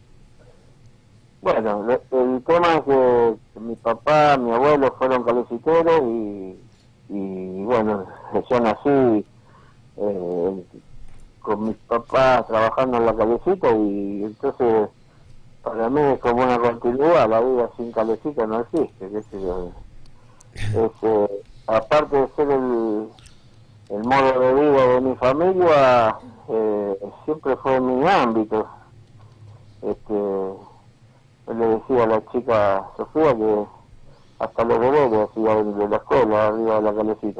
Bueno, el tema es que mi papá, mi abuelo fueron caleciteros y, y bueno, yo nací eh, con mis papás trabajando en la calecita y entonces para mí es como una continuidad, la vida sin calecita no existe, qué sé yo. Es, eh, aparte de ser el, el modo de vida de mi familia, eh, siempre fue mi ámbito. Este, le decía a la chica Sofía que hasta los deberes hacía de la escuela arriba de la calecita.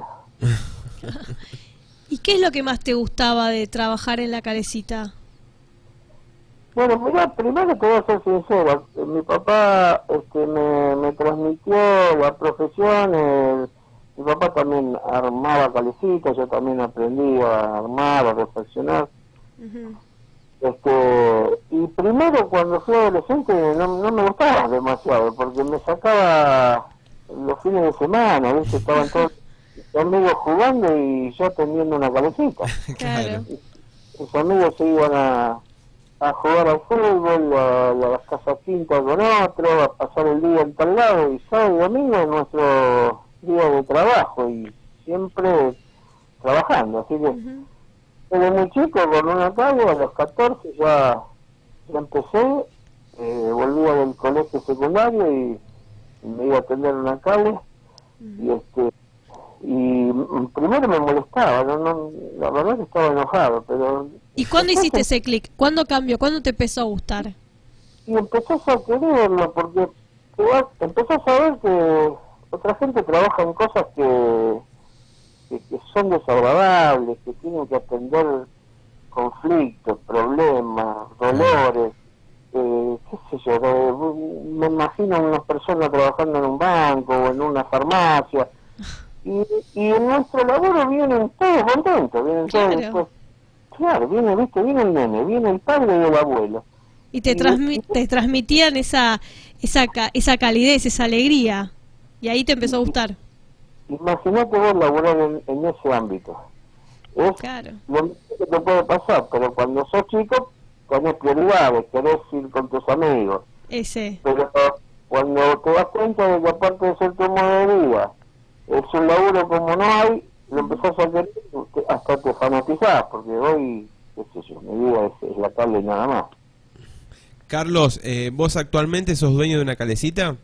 ¿Y qué es lo que más te gustaba de trabajar en la calecita? Bueno, mira, primero te voy a ser sincero, mi papá este, me, me transmitió la profesión, el, mi papá también armaba calecitas, yo también aprendí a armar, a reflexionar. Uh-huh. Este, y primero cuando fui adolescente no, no me gustaba demasiado, porque me sacaba los fines de semana, a veces estaban todos los amigos jugando y yo atendiendo una calecita. Claro. Mis amigos se iban a... a jugar al fútbol, a, a las casas quintas con otro, a pasar el día en tal lado, y sábado y domingo es nuestro día de trabajo, y siempre trabajando, así que uh-huh. desde muy chico con una calle, a los catorce ya, ya empecé, eh, volvía del colegio secundario y, y me iba a atender una calle, uh-huh. y este y primero me molestaba, no, no, la verdad que estaba enojado, pero... ¿Y cuándo hiciste ese clic? ¿Cuándo cambió? ¿Cuándo te empezó a gustar? Y empezás a quererlo, porque te vas, empezás a ver que otra gente trabaja en cosas que, que, que son desagradables, que tienen que atender conflictos, problemas, dolores, eh, qué sé yo, de, me imagino una persona trabajando en un banco o en una farmacia, y, y en nuestro laburo vienen todos contentos, vienen claro. todos pues, claro, viene, viste, viene el nene, viene el padre y el abuelo. Y te, transmi te transmitían esa, esa, esa calidez, esa alegría, y ahí te empezó a gustar. Imagínate vos laburar en, en ese ámbito. Es claro. lo mismo que te puede pasar, pero cuando sos chico tenés prioridades, querés ir con tus amigos. Ese. Pero cuando te das cuenta de que aparte de ser tu modo de vida, es un laburo como no hay, lo empezás a querer, hasta te fanatizás, porque hoy, qué sé yo, mi vida es, es la cable y nada más. Carlos, eh, ¿vos actualmente sos dueño de una calecita?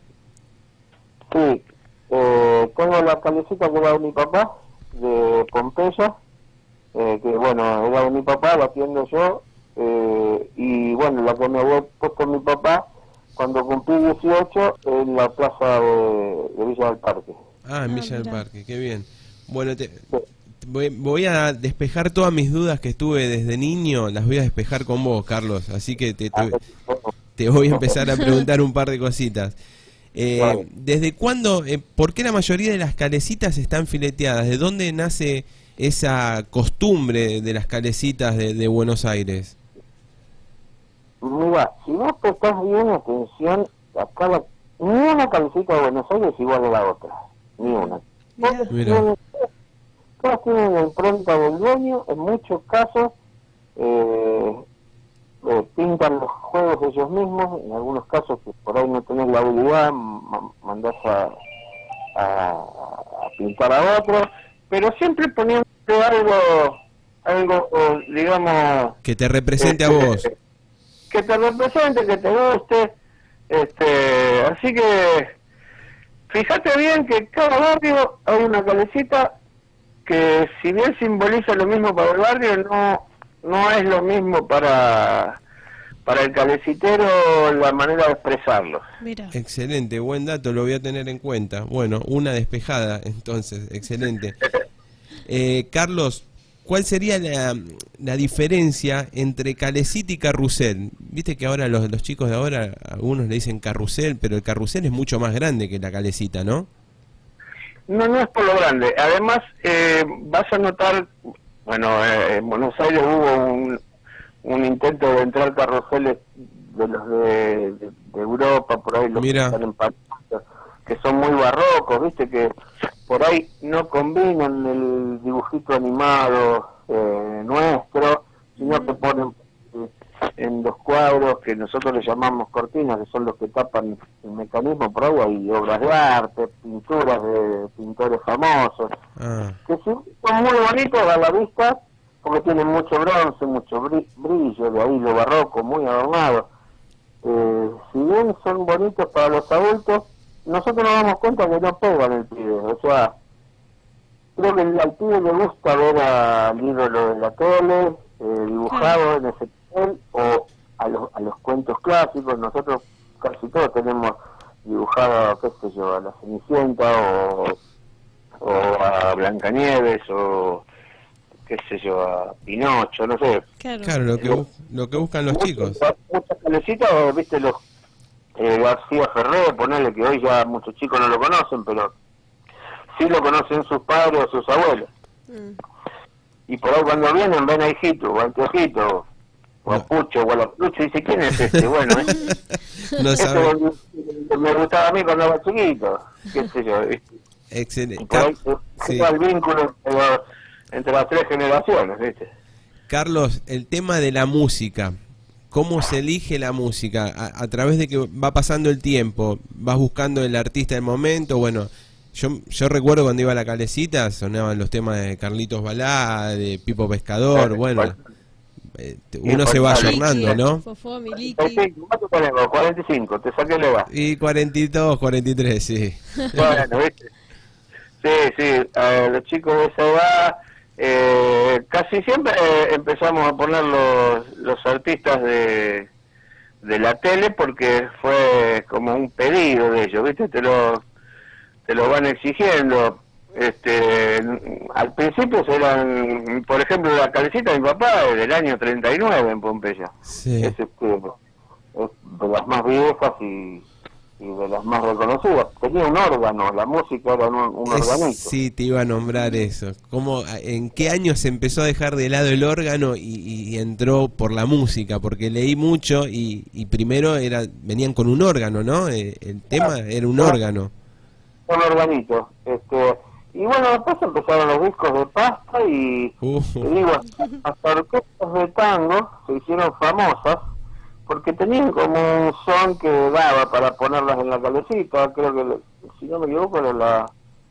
Sí, eh, tengo la calecita que era de mi papá, de Pompeya, eh, que bueno, era de mi papá, la atiendo yo, eh, y bueno, la que me había puesto mi papá cuando cumplí dieciocho en la plaza de, de Villa del Parque. Ah, en Villa ah, del Parque, qué bien. Bueno, te, voy, voy a despejar todas mis dudas que estuve desde niño, las voy a despejar con vos, Carlos, así que te, te, te voy a empezar a preguntar un par de cositas. Eh, ¿Desde cuándo, eh, por qué la mayoría de las calecitas están fileteadas? ¿De dónde nace esa costumbre de las calecitas de, de Buenos Aires? Mira, si vos prestás bien atención, acá la, ni una calecita de Buenos Aires es igual a la otra, ni una. Todas tienen, todas tienen la impronta del dueño, en muchos casos eh, eh, pintan los juegos ellos mismos, en algunos casos que por ahí no tenés la habilidad, ma mandás a, a, a pintar a otro, pero siempre poniendo algo, algo digamos... Que te represente este, a vos. Que te represente, que te guste, este, así que fíjate bien que cada barrio hay una calecita que si bien simboliza lo mismo para el barrio, no no es lo mismo para para el calecitero la manera de expresarlo. Mira. Excelente, buen dato, lo voy a tener en cuenta. Bueno, una despejada, entonces, excelente. Eh, Carlos, ¿cuál sería la, la diferencia entre calecita y carrusel? Viste que ahora los, los chicos de ahora, algunos le dicen carrusel, pero el carrusel es mucho más grande que la calecita, ¿no? No, no es por lo grande. Además, eh, vas a notar, bueno, eh, en Buenos Aires hubo un, un intento de entrar carruseles de los de, de, de Europa, por ahí los Mira. que están en París, que son muy barrocos, viste, que por ahí no combinan el dibujito animado eh, nuestro, sino que ponen eh, en los cuadros que nosotros le llamamos cortinas, que son los que tapan el mecanismo por agua, y obras de arte, pinturas de pintores famosos, Ah. que sí, son muy bonitos a la vista, porque tienen mucho bronce, mucho brillo, de ahí lo barroco, muy adornado. Eh, si bien son bonitos para los adultos, nosotros nos damos cuenta que no pegan el pibe, o sea, creo que al pibe le gusta ver al ídolo de la tele, eh, dibujado en ese papel, o a los, a los cuentos clásicos. Nosotros casi todos tenemos dibujado, qué sé yo, a la Cenicienta o, o a Blancanieves o qué sé yo, a Pinocho, no sé. Claro, Claro, lo que, bu- lo que buscan los chicos. Muchas calecitas, viste, los eh, García Ferré, ponerle que hoy ya muchos chicos no lo conocen, pero sí lo conocen sus padres o sus abuelos. Mm. Y por ahí cuando vienen ven a Hijito, o a Anteojito, o a No. Pucho, o a la Plucho, y dice, ¿quién es este? Bueno, ¿eh? No Este saben. me gustaba a mí cuando era chiquito, qué sé yo, ¿viste? Y Excelente. por ahí Car- se sí. da el vínculo entre, los- entre las tres generaciones, ¿viste? Carlos, el tema de la música. ¿Cómo se elige la música? A, a través de que va pasando el tiempo, vas buscando el artista del momento. Bueno, yo yo recuerdo cuando iba a la Calecita, sonaban los temas de Carlitos Balá, de Pipo Pescador. Bueno, eh, uno se va ayornando, ¿no? Fofó, Miliki. ¿Cuánto tenemos? cuarenta y cinco, te saqué la edad. Y cuarenta y dos, cuarenta y tres, sí. Bueno, ¿viste? Sí, sí, a los chicos de esa edad, eh, casi siempre eh, empezamos a poner los, los artistas de, de la tele porque fue como un pedido de ellos, ¿viste? Te lo, te lo van exigiendo. Este, al principio eran, por ejemplo, la Calecita de mi papá es del año treinta y nueve en Pompeya. Sí. Es, este, es de las más viejas y, y de las más reconocidas. Tenía un órgano, la música era un, un Es- organito. sí, te iba a nombrar eso. ¿Cómo, ¿En qué año se empezó a dejar de lado el órgano y, y entró por la música? Porque leí mucho y, y primero era venían con un órgano, ¿no? Eh, el tema era un órgano. Un organito. Este, y bueno, después empezaron los discos de pasta y, Uh, y digo, hasta orquestas de tango se hicieron famosas porque tenían como un son que daba para ponerlas en la Calecita. Creo que, si no me equivoco, era la,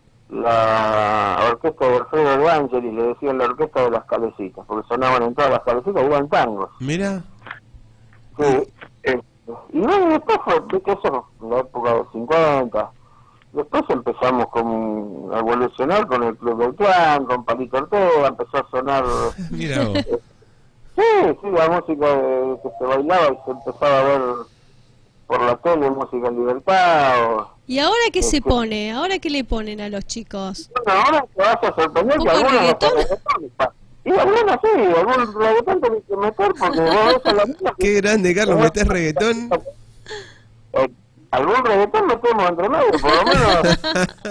la orquesta de Alfredo de Angeli, le decían la orquesta de las Calecitas, porque sonaban en todas las Calecitas y eran tangos. mira, Sí, eh, y bueno, después fue, viste, eso, en la época de los cincuenta. Después empezamos con, a evolucionar con el Club del Clan, con Palito Ortega, empezó a sonar... mira vos. Sí, sí, la música de, que se bailaba y se empezaba a ver por la tele, música en libertad. O... ¿Y ahora qué se Este- pone? ¿Ahora qué le ponen a los chicos? Bueno, ahora te vas a sorprender ¿Un que poco de algunos... reggaetón? reggaetón, y algunos sí, algunos reggaetón tenés que meter porque vos ves a la mina que- Qué grande, Carlos, metés reggaetón. Eh, algún reggaetón metemos entre medio, por lo menos.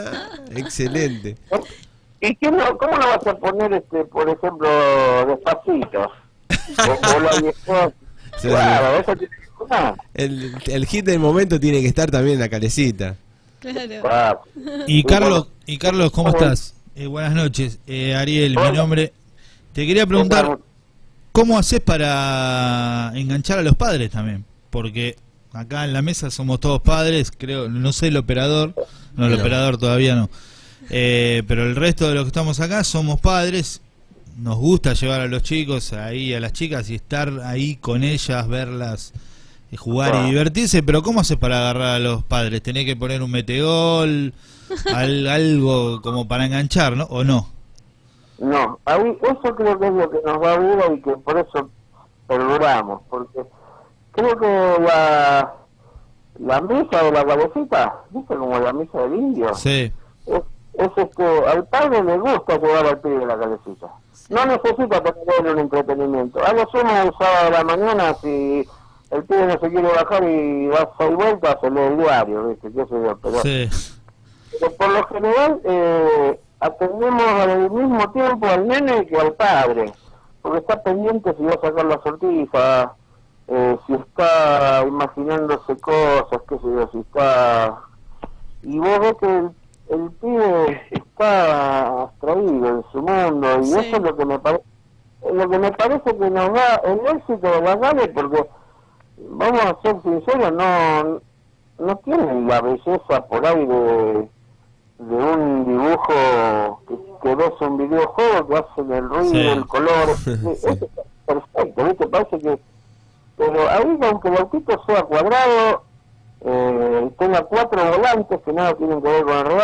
Excelente. ¿Y qué no, cómo no vas a poner, este, por ejemplo, Despacito? O, o la vieja. Sí, Claro, eso tiene que sonar. El, el hit del momento tiene que estar también en la Calecita. Claro. Claro. Y Carlos, y Carlos, ¿cómo estás? Eh, buenas noches, eh, Ariel, mi nombre. Te quería preguntar, ¿cómo haces para enganchar a los padres también? Porque acá en la mesa somos todos padres, creo, no sé el operador, no el No. operador todavía no. Eh, pero el resto de los que estamos acá somos padres, nos gusta llevar a los chicos ahí, a las chicas y estar ahí con ellas, verlas eh, jugar y Ah. divertirse, pero ¿cómo haces para agarrar a los padres? ¿Tenés que poner un metegol, al- algo como para enganchar, ¿no? ¿O no? No, ahí, eso creo que es lo que nos da vida y que por eso perduramos, porque creo que la, la misa de la Calecita, ¿viste? Como la misa del indio. Sí. Es, es este, al padre le gusta llevar al pibe de la Calecita. No necesita tener un entretenimiento. A lo sumo el sábado de la mañana, si el pibe no se quiere bajar y va seis vueltas, se lee el diario, ¿viste? ¿Qué sé yo? Pero, Sí. pero por lo general eh, atendemos al mismo tiempo al nene que al padre, porque está pendiente si va a sacar la sortija, eh, si está imaginándose cosas, qué sé yo, si está... Y vos ves que el, el pibe está abstraído en su mundo, y Sí. eso es lo que me parece lo que me parece que nos da el éxito de las Gales, porque vamos a ser sinceros, no no tienen la belleza por ahí de, de un dibujo que, que ves un videojuego que hacen el ruido, Sí. el color, Sí. eso es perfecto, ¿viste? Parece que, pero ahí aunque el autito sea cuadrado, eh, tenga cuatro volantes que nada tienen que ver con el real,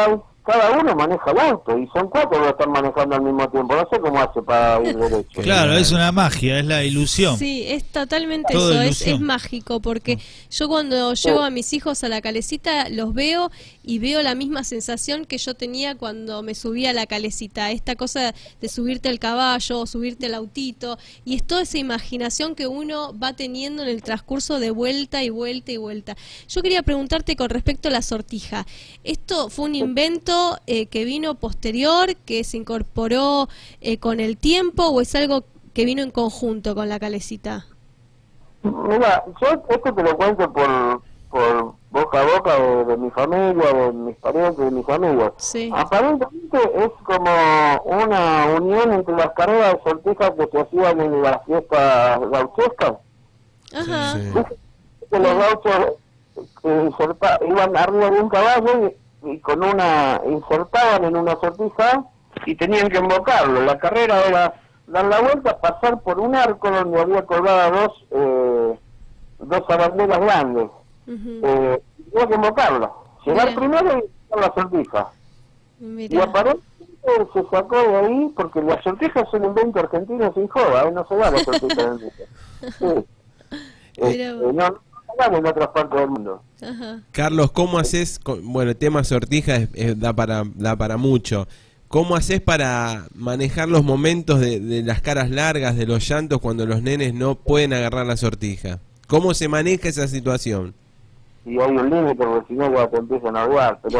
cada uno maneja el auto y son cuatro que lo están manejando al mismo tiempo. No sé cómo hace para ir derecho. Claro, es una magia, es la ilusión. Sí, es totalmente Todo eso, es, ilusión. es mágico, porque yo cuando llevo a mis hijos a la calecita los veo y veo la misma sensación que yo tenía cuando me subía a la calecita, esta cosa de subirte al caballo, subirte al autito, y es toda esa imaginación que uno va teniendo en el transcurso de vuelta y vuelta y vuelta. Yo quería preguntarte con respecto a la sortija, ¿esto fue un invento eh, que vino posterior, que se incorporó eh, con el tiempo, o es algo que vino en conjunto con la calecita? Mira, yo esto te lo cuento por, por boca a boca de, de mi familia, de mis parientes, de mis amigos. Sí. Aparentemente es como una unión entre las carreras de sortijas que se hacían en las fiestas gauchescas. Ajá. Sí, sí. Que los gauchos eh, inserta, iban arriba de un caballo y, y con una insertaban en una sortija y tenían que embocarlo. La carrera era dar la vuelta, pasar por un arco donde había colgadas dos eh, dos abanderas grandes. Uh-huh. eh, tenía que embocarla, llegar Mira. primero y buscar la sortija. Y Mira. aparentemente se sacó de ahí porque las sortijas son un invento argentino sin joda, ¿eh? No se da la sortija en el mundo. Sí. Mira Eh, vos. no, no se dan en otras partes del mundo. Ajá. Carlos, ¿cómo haces? con- Bueno, el tema sortija es- es- da para da para mucho. ¿Cómo haces para manejar los momentos de, de las caras largas, de los llantos, cuando los nenes no pueden agarrar la sortija? ¿Cómo se maneja esa situación? Y hay un límite porque si no ya te empiezan a ahogar, pero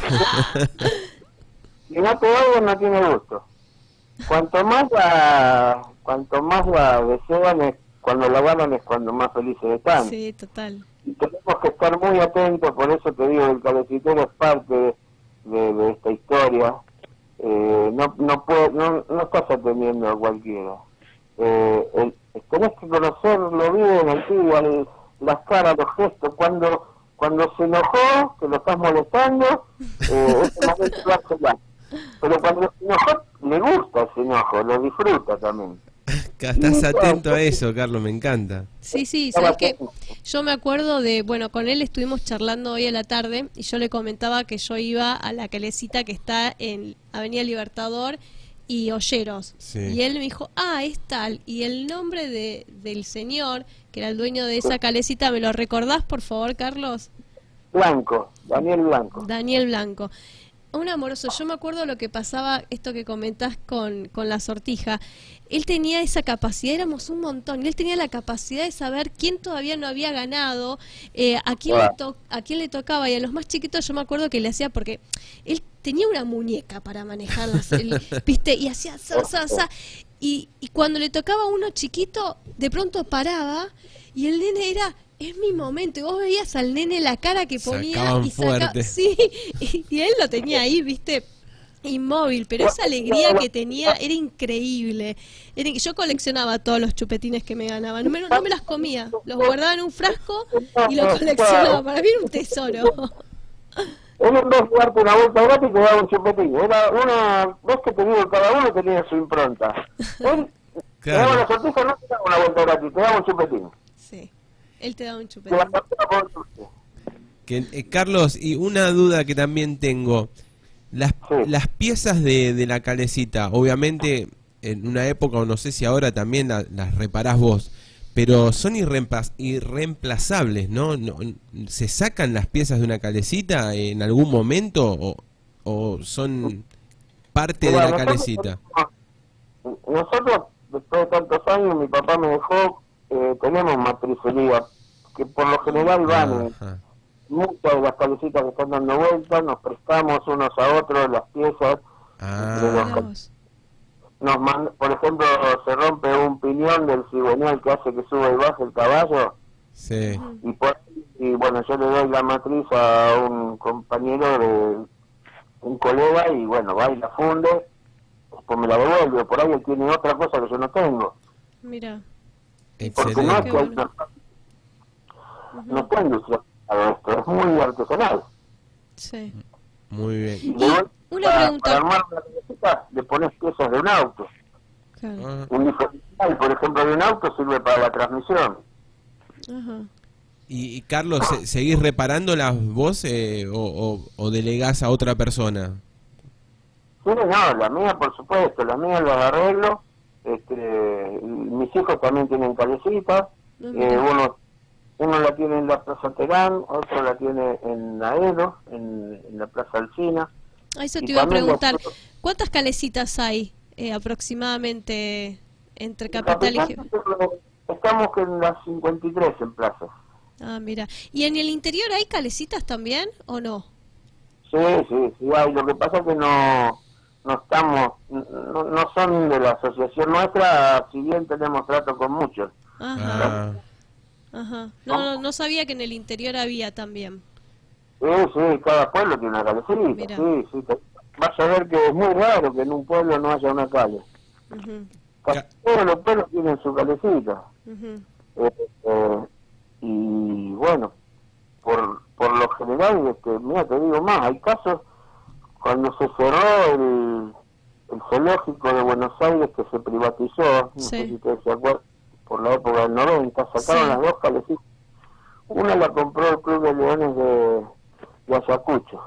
si no te ahogan no tiene gusto. Cuanto más la cuanto más la desean es cuando la ganan, es cuando más felices están. Sí, total. Y tenemos que estar muy atentos, por eso te digo, el calecitero es parte de, de, de esta historia. Eh, no no puede, no, no estás atendiendo a cualquiera. Eh, el, tenés que conocerlo bien, antiguo, el, las caras, los gestos. Cuando cuando se enojó, que lo estás molestando, eh, ese momento va a celar. Pero cuando se enojó, le gusta ese enojo, lo disfruta también. Estás atento a eso, Carlos, me encanta. Sí, sí, sabes que yo me acuerdo de, bueno, con él estuvimos charlando hoy a la tarde y yo le comentaba que yo iba a la calecita que está en Avenida Libertador y Olleros. Sí. Y él me dijo, ah, es tal. Y el nombre de, del señor, que era el dueño de esa calecita, ¿me lo recordás, por favor, Carlos? Blanco, Daniel Blanco. Daniel Blanco. Un amoroso. Yo me acuerdo lo que pasaba, esto que comentás con, con la sortija. Él tenía esa capacidad, éramos un montón, y él tenía la capacidad de saber quién todavía no había ganado, eh, a quién le to a quién le tocaba, y a los más chiquitos yo me acuerdo que le hacía, porque él tenía una muñeca para manejarlas, él, ¿viste? Y hacía sa, sa, sa, y, y cuando le tocaba a uno chiquito, de pronto paraba, y el nene era... Es mi momento, y vos veías al nene la cara que ponía Sacaban y sacaba, fuerte. sí, y, y él lo tenía ahí, viste, inmóvil, pero esa alegría que tenía era increíble. Era, yo coleccionaba todos los chupetines que me ganaban, no me, no me las comía, los guardaba en un frasco y los coleccionaba, para mí era un tesoro. Él en vez de darte una vuelta gratis te daba un chupetín. Era una... ¿Ves que te digo? Cada uno tenía su impronta. Él te daba Claro. la sortija, no te daba una vuelta gratis, te daba un chupetín. Sí, él te daba un Te chupetín. la pasaba por el dulce. Que, eh, Carlos, y una duda que también tengo. Las, Sí. las piezas de, de la calecita, obviamente en una época, o no sé si ahora también la- las reparás vos, pero son irreemplaz- irreemplazables, ¿no? ¿no? ¿Se sacan las piezas de una calecita en algún momento o, o son parte de Mira, la nosotros calecita? tenemos- Nosotros, después de tantos años, mi papá me dejó, eh, tenemos matricería, que por lo general van en Ajá. muchas de las calecitas que están dando vueltas, nos prestamos unos a otros las piezas. Ah, Mirá vos. Nos manda, por ejemplo, se rompe un piñón del cigüeñal que hace que sube y baje el caballo, sí. y, por, y bueno, yo le doy la matriz a un compañero de un colega y bueno, va y la funde, después me la devuelve, por ahí él tiene otra cosa que yo no tengo, Mira, porque no es Excelente. que hay una- no está industrializado esto, es muy artesanal. sí. Muy bien. Y Y de vuelta, una para, pregunta. para armar una calecita le pones piezas de un auto. Claro. Ah, Un diferencial, por ejemplo, de un auto sirve para la transmisión. Ajá. y, y Carlos, ¿se- ¿seguís reparándolas vos eh, o, o, o delegás a otra persona? Sí, no, la mía por supuesto, la mía los arreglo. Este, mis hijos también tienen calecitas, No, eh, mira. uno, uno la tiene en la Plaza Terán, otro la tiene en Aedo, en, en la Plaza Alsina. Ah, eso Y te iba a también preguntar. los- ¿Cuántas calecitas hay eh, aproximadamente entre en Capital y... Capital Ge- estamos en las cincuenta y tres en plazas. Ah, mira. ¿Y en el interior hay calecitas también o no? Sí, sí, sí hay. Lo que pasa es que no, no estamos, no, no son de la asociación nuestra, si bien tenemos trato con muchos. Ajá, Ah, ajá. No, no, no sabía que en el interior había también. Sí, sí, cada pueblo tiene una calecita, Mira. sí, sí. te- Vas a ver que es muy raro que en un pueblo no haya una calle. Ujú, Casi Ca- todos los pueblos tienen su calecita. ujú. Eh, eh, y bueno, por, por lo general, este, mira, te digo más, hay casos cuando se cerró el, el zoológico de Buenos Aires que se privatizó, no Sí. sé si ustedes se acuerdan, por la época del noventa, sacaron Sí. las dos calecitas. Una la compró el Club de Leones de, de Ayacucho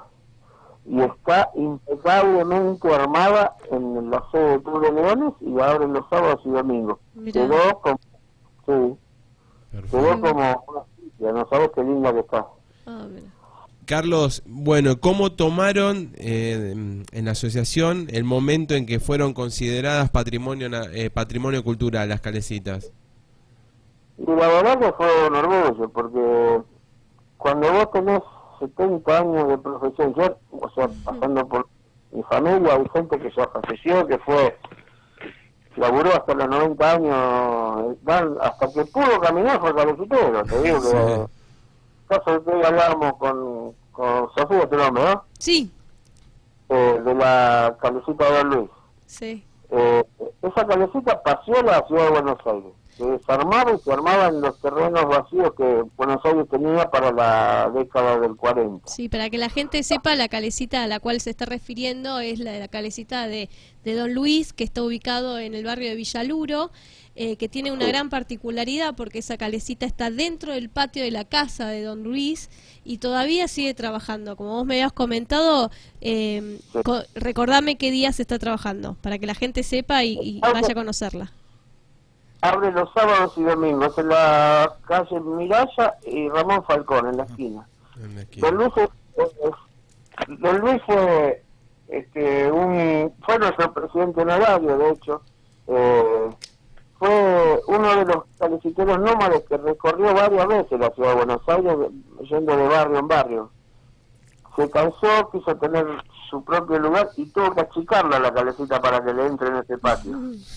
y está impecablemente armada en la sede del Club de Leones y abre los sábados y domingos. Mirá. Quedó como, sí, perfecto. quedó como una silla, no sabes qué linda que está. Ah, mira. Carlos, bueno, ¿cómo tomaron eh, en la asociación el momento en que fueron consideradas patrimonio na- eh, patrimonio cultural las calecitas? Y la verdad que fue un orgullo, porque cuando vos tenés setenta años de profesión, yo, o sea, pasando por mi familia, hay gente que ya falleció, que fue, laburó hasta los noventa años, dan- hasta que pudo caminar fue calecitero, te digo que, Sí. caso que hoy hablamos con, con Sofía, tu nombre, ¿no? Sí, Eh, de la calecita de Don Luis. sí. Eh, esa calecita paseó a la ciudad de Buenos Aires, se desarmaba y se armaba en los terrenos vacíos que Buenos Aires tenía para la década del cuarenta. Sí, para que la gente sepa, la calecita a la cual se está refiriendo es la de la calecita de, de Don Luis, que está ubicado en el barrio de Villaluro, eh, que tiene una gran particularidad porque esa calecita está dentro del patio de la casa de Don Luis y todavía sigue trabajando. Como vos me habías comentado, eh, co- recordame qué día se está trabajando, para que la gente sepa y, y vaya a conocerla. Abre los sábados y domingos en la calle Miralla y Ramón Falcón, en la esquina. En la esquina. Don Luis, es- es- Don Luis fue, este, un, fue nuestro presidente honorario, de hecho. Eh, fue uno de los caleciteros nómades que recorrió varias veces la ciudad de Buenos Aires, yendo de barrio en barrio. Se cansó, quiso tener su propio lugar y tuvo que achicarla la calecita para que le entre en ese patio.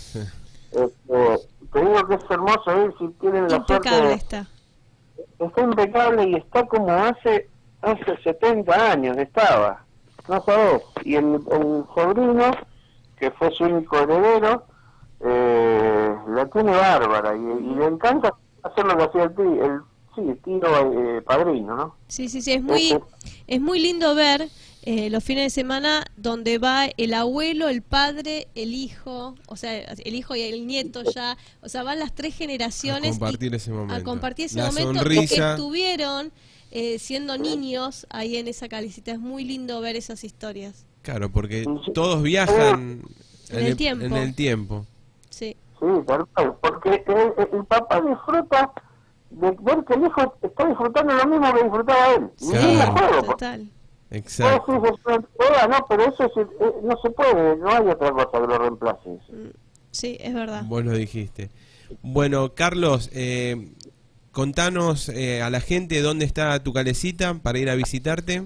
Este, te digo que es hermoso ir si tienen la suerte Impecable de- está. está impecable y está como hace hace setenta años estaba, no sabes. Y el, el sobrino, que fue su único heredero, eh, la tiene bárbara y, y le encanta hacer lo que hacía el tío, el, sí, el tío eh, padrino, ¿no? Sí, sí, sí, es muy, es muy lindo ver eh, los fines de semana donde va el abuelo, el padre, el hijo, o sea, el hijo y el nieto ya, o sea, van las tres generaciones A compartir y- ese momento. a compartir ese La momento, los que sonrisa. estuvieron eh, siendo niños ahí en esa calecita. Es muy lindo ver esas historias. Claro, porque todos viajan En el tiempo. en el tiempo. Sí, Sí, tal cual, porque el, el- el papá disfruta de ver que el hijo está disfrutando lo mismo que disfrutaba él. Y Claro. es un juego, porque total. Exacto. vos decís, es una prueba, no, pero eso es- eh, no se puede, no hay otra cosa que lo reemplace. Mm, Sí, es verdad. Vos lo dijiste. Bueno, Carlos, eh, contanos eh, a la gente dónde está tu calecita para ir a visitarte.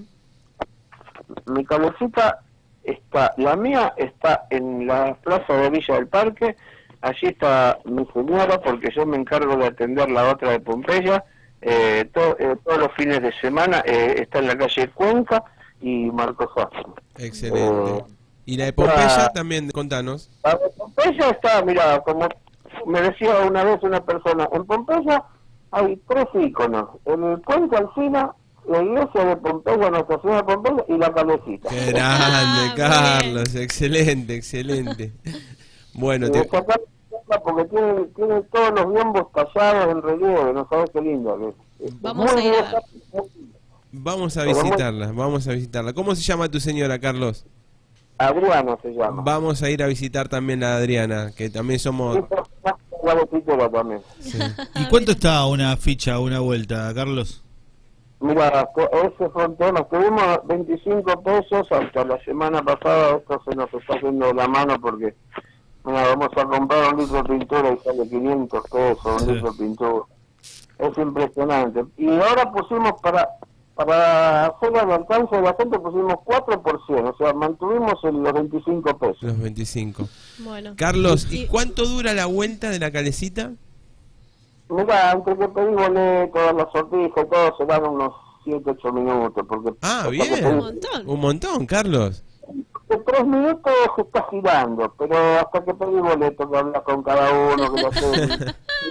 Mi calecita está, la mía está en la plaza de Villa del Parque, allí está mi señora porque yo me encargo de atender la otra de Pompeya, eh, to- eh, todos los fines de semana eh, está en la calle Cuenca y Marcos Astro. Excelente. Eh, Y la de Pompeya ah. también, contanos. La de Pompeya está, mira, como me decía una vez una persona, en Pompeya hay tres íconos, el Puente Alsina, la iglesia de Pompeya, Nuestra Señora de Pompeya y la calecita. Qué grande, Ah, muy Carlos. Excelente, excelente. Bueno, Y te, esta casa porque tiene, tiene todos los biombos tallados en relieve, no sabes qué linda que es. Es Vamos muy a ir a bien, ver. vamos a Pero muy- visitarla, vamos a visitarla. ¿Cómo se llama tu señora, Carlos? Adriana se llama. Vamos a ir a visitar también a Adriana, que también somos... También. Sí. ¿Y cuánto está una ficha, una vuelta, Carlos? Mira, ese fue un tema, tuvimos veinticinco pesos hasta la semana pasada, esto se nos está haciendo la mano porque, mira, vamos a comprar un litro de pintura y sale quinientos pesos, un Sí. litro de pintura. Es impresionante. Y ahora pusimos para para hacer el alcance de la gente, pusimos cuatro por ciento, o sea, mantuvimos el, los veinticinco pesos. Los veinticinco. Bueno. Carlos, ¿y Y- cuánto dura la vuelta de la calecita? Mira, entre que pedí boletos, las sortijas y todo, se dan unos siete, ocho minutos, porque... Ah, hasta que bien. Un pedí- montón. Un montón, Carlos. En tres minutos se está girando, pero hasta que pedí boletos, que hablas con cada uno, que lo hace...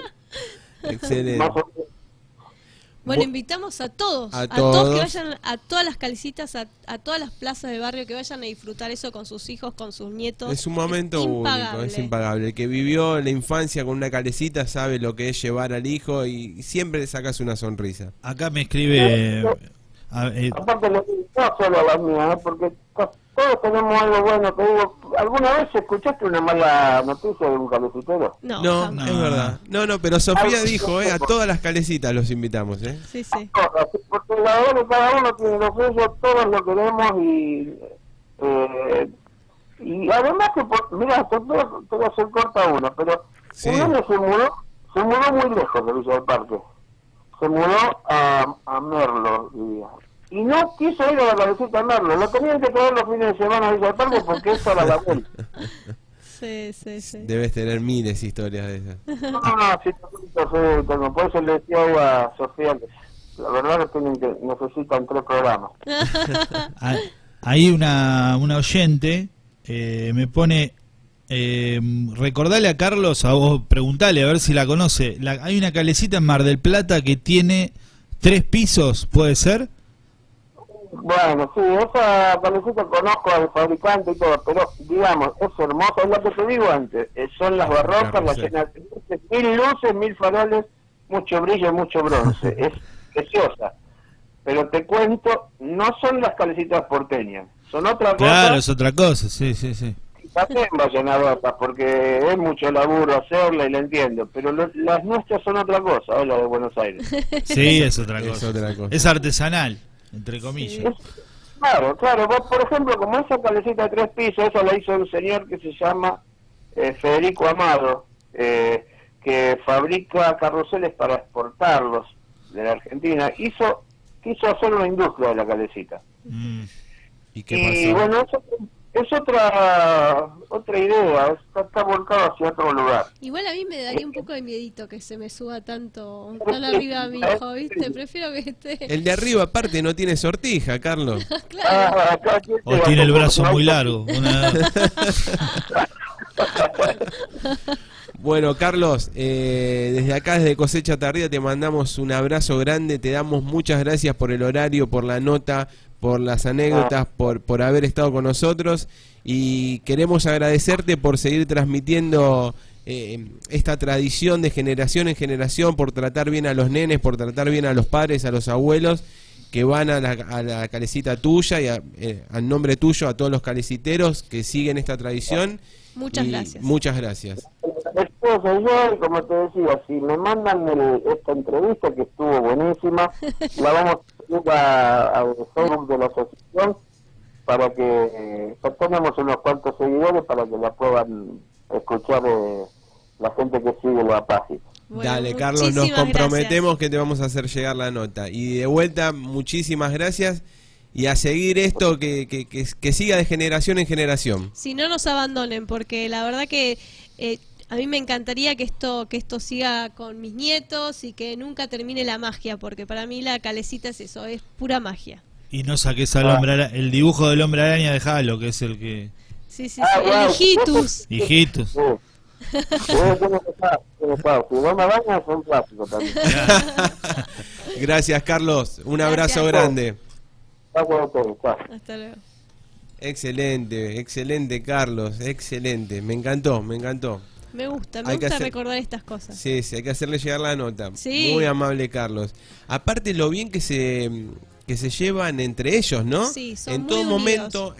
Excelente. más o menos. Bueno, Bu- invitamos a todos, A a, todos. todos que vayan a todas las calecitas, a, a todas las plazas de barrio, que vayan a disfrutar eso con sus hijos, con sus nietos. Es un momento único, impagable. es impagable. El que vivió la infancia con una calecita sabe lo que es llevar al hijo y siempre le sacas una sonrisa. Acá me escribe... a- eh, Aparte, no no solo a las mías, ¿eh? Porque to- todos tenemos algo bueno. Te digo, ¿alguna vez escuchaste una mala noticia de un calecitero? No, No, jamás. es verdad. No, no, pero Sofía dijo, eh, a todas las calecitas los invitamos, eh. Sí, sí. Cosas, porque la verdad que cada uno tiene lo suyo, todos lo queremos y... Eh, y además que, por- mira, te voy, a, te voy a hacer corta uno, pero Sí. un año se mudó, se mudó muy lejos de Villa del Parque. Se mudó a, a Merlo, vivía. Y no quiso ir a la calecita a Merlo, lo tenían que traer los fines de semana a Villa del Parque porque eso era la vuelta. Sí, sí, sí. Debes tener miles de historias de esas. No, no, sí, sí, tengo. Por eso le decía hoy a Sofía que la verdad que, tienen que necesitan tres programas. hay- hay una, una oyente, eh, me pone... Eh, recordale a Carlos, a vos, preguntale a ver si la conoce. La, hay una calecita en Mar del Plata que tiene tres pisos, ¿puede ser? Bueno, sí, esa calecita conozco al fabricante y todo, pero digamos, es hermosa, es lo que te digo antes, eh, son las barrocas, las Carrusel. llenas de luces, mil luces, mil faroles, mucho brillo, mucho bronce, es preciosa. Pero te cuento, no son las calecitas porteñas, son otra Claro, cosa. es otra cosa, sí, sí, sí. También vayan a verlas porque es mucho laburo hacerla y la entiendo, pero lo- las nuestras son otra cosa, o la de Buenos Aires. Sí, es otra Es cosa. otra cosa. Es artesanal, entre comillas. Es- claro, claro, vos por ejemplo, como esa calecita de tres pisos, esa la hizo un señor que se llama eh, Federico Amado, eh, que fabrica carruseles para exportarlos de la Argentina, hizo quiso hacer una industria de la calecita. Mm. ¿Y qué Y pasó? bueno, es, es otra otra idea, está, está volcado hacia otro lugar. Igual a mí me daría un poco de miedito que se me suba tanto tan arriba a mi hijo, ¿viste? Prefiero que esté... El de arriba aparte no tiene sortija, Carlos. Claro. Ah, acá aquí O te tiene el va a brazo comprar muy un- largo. Una... Bueno, Carlos, eh, desde acá, desde Cosecha Tardía, te mandamos un abrazo grande, te damos muchas gracias por el horario, por la nota, por las anécdotas, por, por haber estado con nosotros y queremos agradecerte por seguir transmitiendo eh, esta tradición de generación en generación, por tratar bien a los nenes, por tratar bien a los padres, a los abuelos que van a la, a la calecita tuya y a, eh, al nombre tuyo, a todos los caleciteros que siguen esta tradición. Muchas Y gracias. Muchas gracias. Después de yo, y como te decía, si me mandan el- esta entrevista que estuvo buenísima, la vamos a subir a- al Facebook de la asociación para que eh, ya tenemos unos cuantos seguidores para que la puedan escuchar eh, la gente que sigue la página. Bueno, Dale, Carlos, nos muchísimas comprometemos que te vamos a hacer llegar la nota. Y de vuelta, muchísimas gracias y a seguir esto que, que, que, que siga de generación en generación. Si no nos abandonen, porque la verdad que eh, a mí me encantaría que esto que esto siga con mis nietos y que nunca termine la magia, porque para mí la calecita es eso, es pura magia. Y no saques al hombre ara- el dibujo del hombre araña de Halo, que es el que... Sí, sí, Ah, sí. wow. El hijitus. Hijitos. Sí. Sí, tiene que estar, tiene que estar. Si no me bañas, son plásticos también. Gracias, Carlos. Un abrazo Gracias. grande. Está bueno todo, chao. Hasta luego. Excelente, excelente, Carlos. Excelente. Me encantó, me encantó. Me gusta, me Hay que gusta hacer- recordar estas cosas. Sí, sí, hay que hacerle llegar la nota. Sí. Muy amable, Carlos. Aparte, lo bien que se que se llevan entre ellos, ¿no? Sí, son en muy todo unidos. momento, en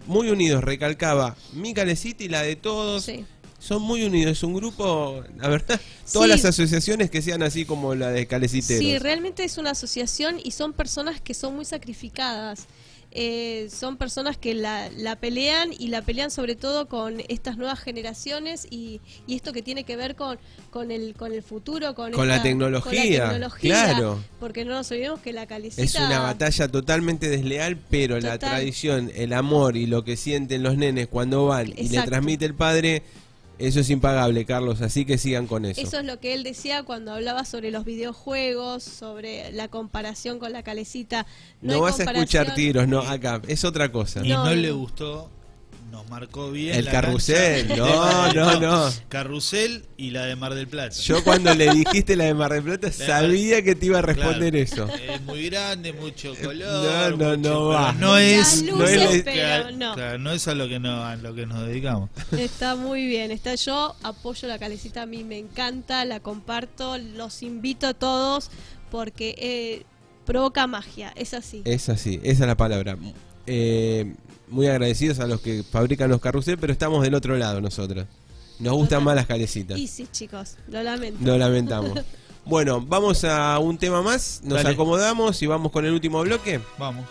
muy unidos, recalcaba mi calecita y la de todos. Sí. Son muy unidos, es un grupo, la verdad, todas Sí. las asociaciones que sean así como la de caleciteros. Sí, realmente es una asociación y son personas que son muy sacrificadas. Eh, son personas que la, la pelean y la pelean sobre todo con estas nuevas generaciones y, y esto que tiene que ver con, con, el, con el futuro, con, Con la esta- tecnología, con la tecnología, claro. porque no nos olvidemos que la calecita... Es una batalla totalmente desleal, pero la Total. tradición, el amor y lo que sienten los nenes cuando van y le Exacto. transmite el padre, eso es impagable, Carlos, así que sigan con eso. Eso es lo que él decía cuando hablaba sobre los videojuegos, sobre la comparación con la calecita. No, hay vas a escuchar comparación. tiros, no, acá, es otra cosa. Y No, no, no. le gustó, nos marcó bien El la carrusel, cancha. no, no, no. Carrusel y la de Mar del Plata. Yo cuando le dijiste la de Mar del Plata de sabía que te iba a responder Claro. eso. Es muy grande, mucho No, color. no, mucho- no va. pero No es, Las no es, luces, lo- pero claro, no. claro, no es a lo que no, a lo que nos dedicamos. Está muy bien, está yo apoyo la calecita, a mí me encanta, la comparto, los invito a todos porque eh, provoca magia, es así. Es así, esa es la palabra. Eh, muy agradecidos a los que fabrican los carrusel, pero estamos del otro lado nosotros. Nos gustan Total. más las calecitas. Y sí, chicos, lo lamento. Lo lamentamos. Bueno, vamos a un tema más, nos Dale. acomodamos y vamos con el último bloque. Vamos.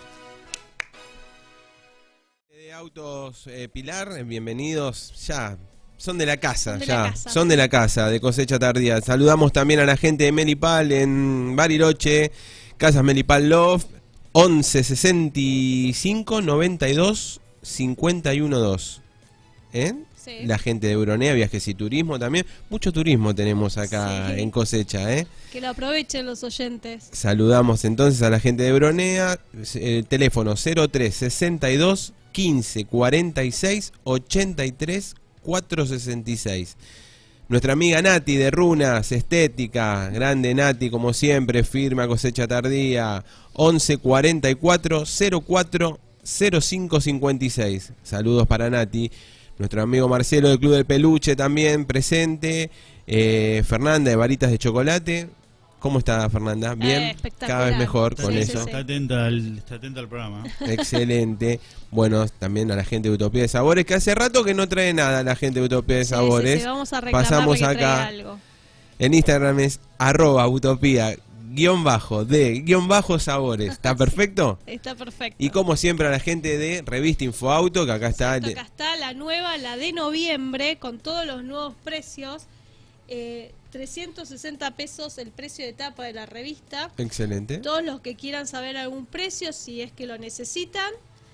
De Autos eh, Pilar, eh, bienvenidos. Ya, son de la casa, Son de ya. la casa. Son de la casa, de Cosecha Tardía. Saludamos también a la gente de Melipal en Bariloche, Casas Melipal Love, once sesenta y cinco noventa y dos cincuenta y uno dos. ¿Eh? Sí. La gente de Euronea, Viajes y Turismo también. Mucho turismo tenemos acá Sí. en Cosecha, ¿eh? Que lo aprovechen los oyentes. Saludamos entonces a la gente de Bronea, el teléfono cero tres sesenta y dos quince cuarenta y seis ochenta y tres cuatrocientos sesenta y seis. Nuestra amiga Nati de Runas Estética, grande Nati como siempre, firma Cosecha Tardía, once cuarenta y cuatro cero cuatro cero cinco cincuenta y seis. Saludos para Nati. Nuestro amigo Marcelo del Club del Peluche también presente. Eh, Fernanda de Varitas de Chocolate. ¿Cómo está Fernanda? Bien, Eh, espectacular. cada vez mejor con Sí, eso. sí, Está atenta al, está atenta al programa. Excelente. Bueno, también a la gente de Utopía de Sabores, que hace rato que no trae nada la gente de Utopía de Sí, Sabores. sí, sí, vamos a reclamarle Pasamos que traiga acá. algo. En Instagram es arroba utopía guión bajo de guión bajo sabores. ¿Está perfecto? Está perfecto. Y como siempre a la gente de Revista Infoauto, que acá está. Exacto, acá está la nueva, la de noviembre, con todos los nuevos precios. Eh, trescientos sesenta pesos el precio de tapa de la revista. Excelente. Todos los que quieran saber algún precio, si es que lo necesitan,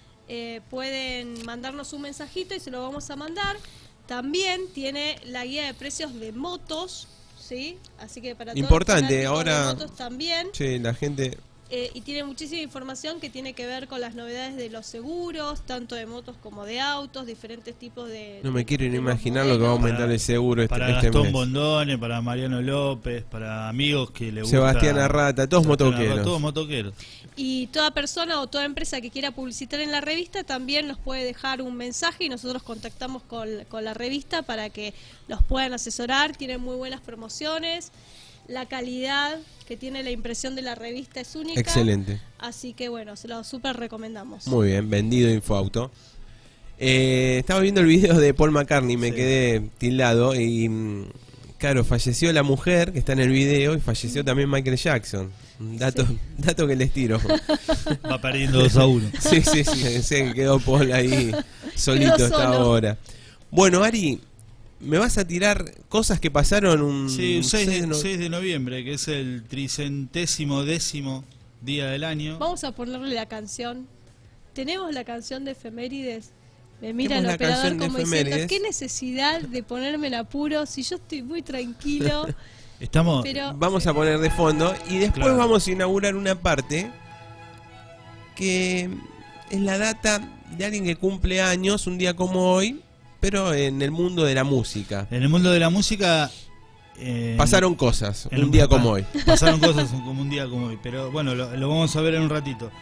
eh, pueden mandarnos un mensajito y se lo vamos a mandar. También tiene la guía de precios de motos, ¿sí? Así que para todos Importante, los fanáticos ahora- de motos también. Sí, la gente. Eh, y tiene muchísima información que tiene que ver con las novedades de los seguros, tanto de motos como de autos, diferentes tipos de... No me quiero ni de los imaginar lo que va a modelos. aumentar Para- el seguro este, Para este Gastón mes. Bondone, para Mariano López, para amigos que le gusta. Sebastián Arrata, todos Sebastián motoqueros. Arrata, Todos motoqueros. Y toda persona o toda empresa que quiera publicitar en la revista también nos puede dejar un mensaje y nosotros contactamos con, con la revista para que los puedan asesorar. Tienen muy buenas promociones. La calidad que tiene la impresión de la revista es única. Excelente. Así que bueno, se lo súper recomendamos. Muy bien, vendido Infoauto. Eh, estaba viendo el video de Paul McCartney, me Sí. quedé tildado y mm, claro, falleció la mujer que está en el video y falleció también Michael Jackson. Un Dato, dato que les tiro. Va perdiendo dos a uno. Sí, sí, sí, sí, que quedó Paul ahí solito Quedó hasta solo. ahora. Bueno, Ari, me vas a tirar cosas que pasaron un Sí, un seis de, no- seis de noviembre, que es el tricentésimo décimo día del año. Vamos a ponerle la canción. Tenemos la canción de efemérides. Me mira Tenemos el la operador canción de como diciendo, efemérides. ¿qué necesidad de ponerme en apuro si yo estoy muy tranquilo? Estamos. Pero Vamos a poner de fondo y después Claro. vamos a inaugurar una parte que es la data de alguien que cumple años un día como hoy, pero en el mundo de la música. En el mundo de la música. eh, Pasaron cosas en un día como hoy. Pasaron cosas como un día como hoy. Pero bueno, lo, lo vamos a ver en un ratito.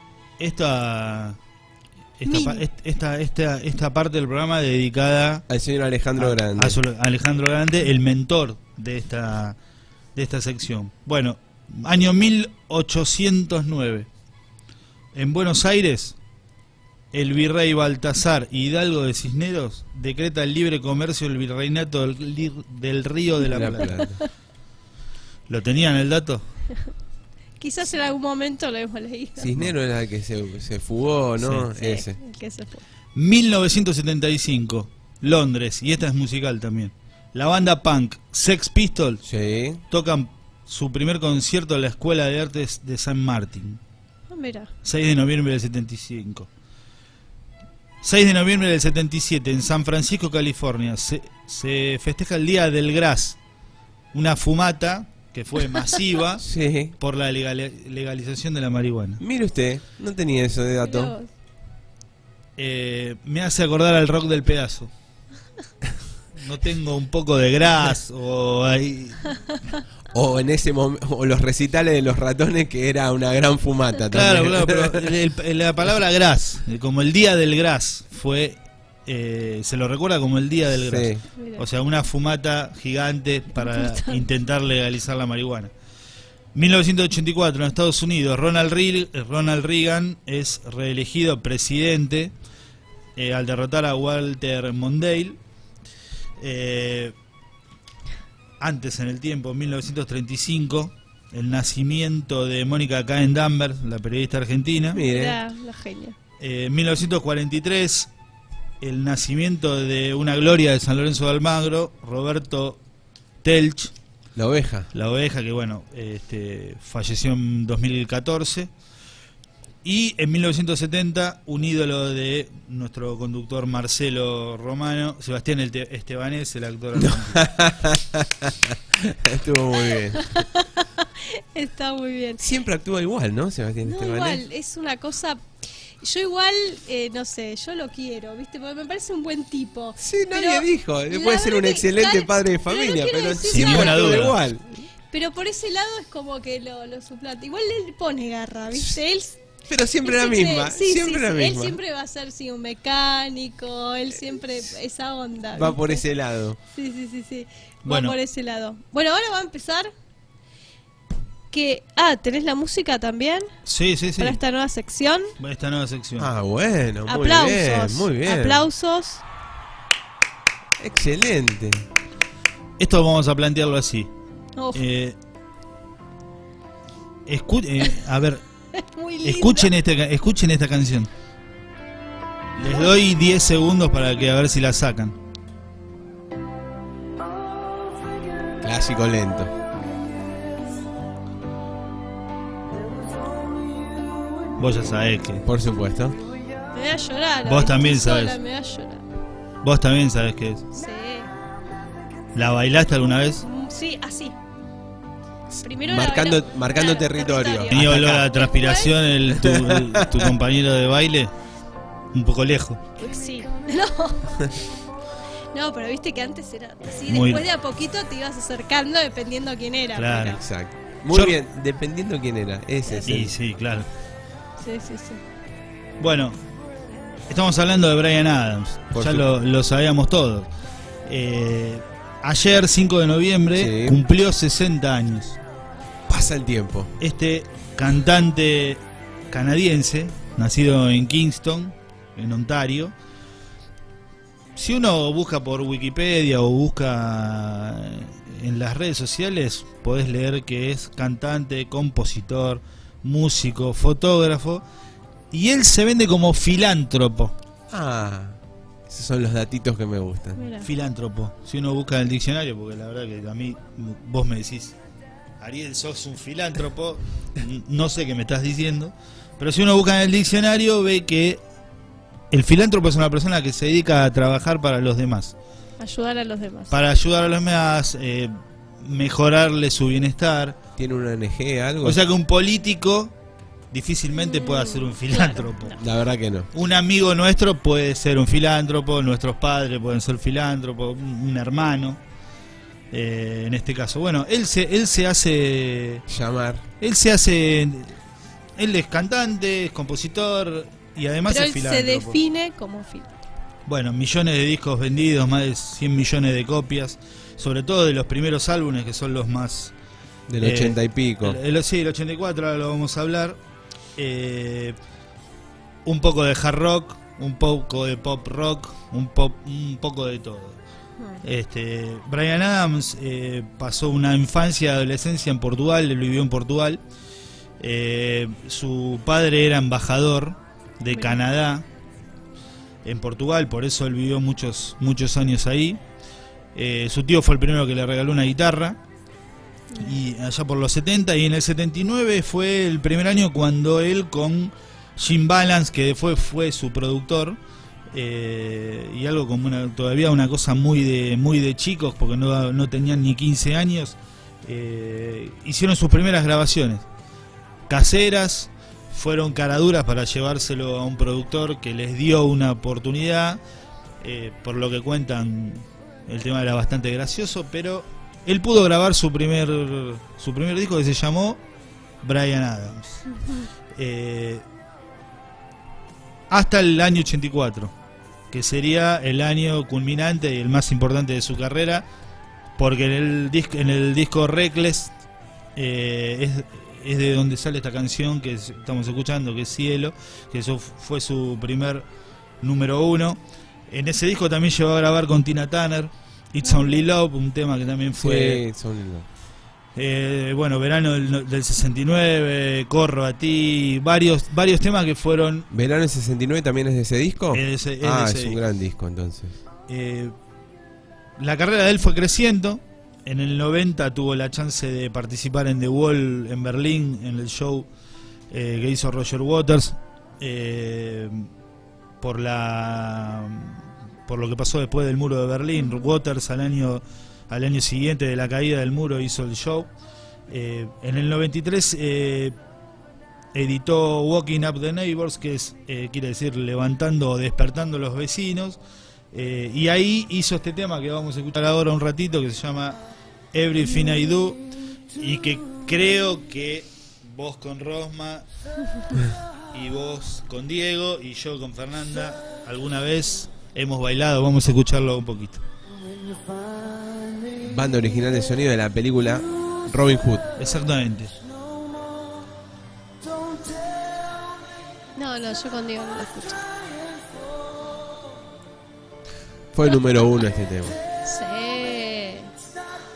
Esta. Esta, Mini. pa- est- esta, esta, esta parte del programa dedicada Al señor Alejandro a- Grande. a Sol- Alejandro Grande, el mentor de esta, de esta sección. Bueno, año mil ochocientos nueve. En Buenos Aires el virrey Baltasar Hidalgo de Cisneros decreta el libre comercio del virreinato del, del Río de la La Plata. Plata. ¿Lo tenían el dato? Quizás en algún momento lo hemos leído. Cisnero era el que se, se fugó, ¿no? Sí, Ese. el que se fue. mil novecientos setenta y cinco, Londres, y esta es musical también. La banda punk Sex Pistols Sí. tocan su primer concierto en la Escuela de Artes de San Martín. Ah, mira. seis de noviembre del setenta y cinco. seis de noviembre del setenta y siete, en San Francisco, California, se, se festeja el Día del Gras, una fumata que fue masiva Sí. por la legal- legalización de la marihuana. Mire usted, no tenía eso de Mirá dato. vos. Eh, me hace acordar al rock del pedazo. No tengo un poco de gras o ahí. O en ese momento, o los recitales de los ratones, que era una gran fumata Claro, también. claro, pero el- el- la palabra gras, eh, como el Día del Gras, fue, eh, se lo recuerda como el Día del Gras. Sí. Mirá. O sea, una fumata gigante para intentar legalizar la marihuana. mil novecientos ochenta y cuatro, en Estados Unidos, Ronald, Re- Ronald Reagan es reelegido presidente eh, al derrotar a Walter Mondale. Eh, antes en el tiempo, en mil novecientos treinta y cinco, el nacimiento de Mónica Cahen Danvers, la periodista argentina. Mire. Mirá, la genia. Eh, en mil novecientos cuarenta y tres, el nacimiento de una gloria de San Lorenzo de Almagro, Roberto Telch, La oveja. la oveja, que bueno, este, falleció en dos mil catorce. Y en mil novecientos setenta, un ídolo de nuestro conductor Marcelo Romano, Sebastián Elte- Estebanés, el actor argentino. Estuvo muy bien. Está muy bien. Siempre actúa igual, ¿no, Sebastián No, Estebanés? igual, es una cosa. Yo igual, eh, no sé, yo lo quiero, ¿viste? Porque me parece un buen tipo. Sí, nadie Pero dijo. la Puede ser un verdad que- excelente claro, padre de pero no familia, quiero pero decir siempre nada. actúa Sin igual. Pero por ese lado es como que lo, lo suplanta. Igual él pone garra, ¿viste? Él, Pero siempre él la se misma. cree- sí, siempre sí, la sí, misma. Él siempre va a ser, sí, un mecánico, él siempre, esa onda. Va ¿viste? por ese lado. Sí, sí, sí, sí. Va Bueno. por ese lado. Bueno, ahora va a empezar. Que, ah, ¿tenés la música también? Sí, sí, sí. Para esta nueva sección. Esta nueva sección. Ah, bueno, muy Aplausos. bien, muy bien. Aplausos. Excelente. Esto vamos a plantearlo así. Uf, Eh, escu- eh, a ver, es muy lindo. escuchen, este, ca- escuchen esta canción. Les doy diez segundos para que a ver si la sacan. Clásico lento. Vos ya sabés que. Por supuesto. Me voy a llorar. Vos hoy, también estoy sola, sabés. Me voy a llorar. Vos también sabés que es. Sí. ¿La bailaste alguna vez? Mm, Sí, así. Primero la Marcando, baila- marcando claro, territorio. ¿Tenía Hasta olor acá. a transpiración el, tu, el- tu compañero de baile? Un poco lejos. Sí. No. No, pero viste que antes era así. Muy- Después de a poquito te ibas acercando dependiendo quién era. Claro. pero- Exacto. Muy Yo- bien, dependiendo quién era. Ese es Sí, el- sí, claro. Sí, sí, sí. Bueno, estamos hablando de Bryan Adams. Por Ya su- lo, lo sabíamos todos. Eh, ayer, cinco de noviembre, Sí. cumplió sesenta años. Pasa el tiempo. Este cantante canadiense, nacido en Kingston, en Ontario. Si uno busca por Wikipedia o busca en las redes sociales, podés leer que es cantante, compositor, músico, fotógrafo, y él se vende como filántropo. Ah, esos son los datitos que me gustan. Mira. Filántropo. Si uno busca en el diccionario, porque la verdad que a mí vos me decís, Ariel, sos un filántropo, n- no sé qué me estás diciendo, pero si uno busca en el diccionario ve que el filántropo es una persona que se dedica a trabajar para los demás, Ayudar a los demás. para ayudar a los demás, eh, mejorarle su bienestar. ¿Tiene una O N G, algo? O sea que un político difícilmente pueda ser un filántropo. Claro, La verdad que no. Un amigo nuestro puede ser un filántropo, nuestros padres pueden ser filántropos, un un hermano, eh, en este caso. Bueno, él se, él se hace, Llamar. él se hace, él es cantante, es compositor y además Pero es él se filántropo. define como filántropo. Bueno, millones de discos vendidos, más de cien millones de copias, sobre todo de los primeros álbumes que son los más... Del Eh, ochenta y pico. El, el- sí, el ochenta y cuatro, ahora lo vamos a hablar. Eh, un poco de hard rock, un poco de pop rock, un pop, un poco de todo. Este, Bryan Adams eh, pasó una infancia y adolescencia en Portugal, él vivió en Portugal. Eh, su padre era embajador de Canadá en Portugal, por eso él vivió muchos muchos años ahí. Eh, su tío fue el primero que le regaló una guitarra, y allá por los setenta, y en el setenta y nueve fue el primer año cuando él con Jim Balance, que fue, fue su productor, eh, y algo como una, todavía una cosa muy de muy de chicos, porque no, no tenían ni quince años, eh, hicieron sus primeras grabaciones caseras, fueron caraduras para llevárselo a un productor que les dio una oportunidad. Eh, por lo que cuentan, el tema era bastante gracioso, pero él pudo grabar su primer su primer disco, que se llamó Bryan Adams, eh, hasta el año ochenta y cuatro, que sería el año culminante y el más importante de su carrera, porque en el disco, en el disco Reckless eh, es, es de donde sale esta canción que estamos escuchando, que es Cielo, que eso fue su primer número uno. En ese disco también llegó a grabar con Tina Turner It's Only Love, un tema que también fue... Sí, It's Only Love. Eh, bueno, verano del, del sesenta y nueve, Corro a ti, varios varios temas que fueron... ¿Verano del sesenta y nueve también es de ese disco? Es, es ah, de ese es un disco. gran disco entonces. Eh, la carrera de él fue creciendo. En el noventa tuvo la chance de participar en The Wall en Berlín, en el show eh, que hizo Roger Waters, eh, por la por lo que pasó después del muro de Berlín. Waters al año al año siguiente de la caída del muro hizo el show. Eh, en el noventa y tres eh, editó Walking Up the Neighbors, que es eh, quiere decir levantando o despertando a los vecinos. Eh, y ahí hizo este tema que vamos a escuchar ahora un ratito, que se llama Everything I Do, y que creo que vos con Rosma y vos con Diego y yo con Fernanda alguna vez hemos bailado. Vamos a escucharlo un poquito. Banda original de sonido de la película Robin Hood. Exactamente. No, no, yo con Diego no lo escucho. Fue el número uno este tema. Sí.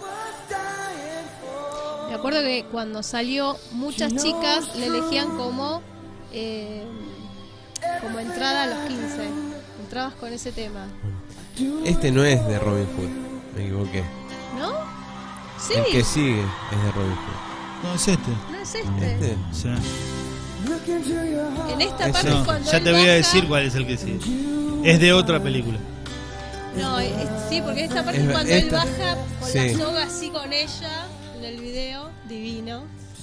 Me acuerdo que cuando salió, muchas chicas le elegían como eh, como entrada a los quince. Entrabas con ese tema. Este no es de Robin Hood, me equivoqué. ¿No? Sí. El que sigue es de Robin Hood. No, es este. No es este. ¿Este? Sí. En esta Ese parte no. es cuando Ya él te voy a baja- decir cuál es el que sigue. Es de otra película. No, es- sí, porque esta parte Es es cuando esta- él baja con sí. la soga así con ella en el video, divino.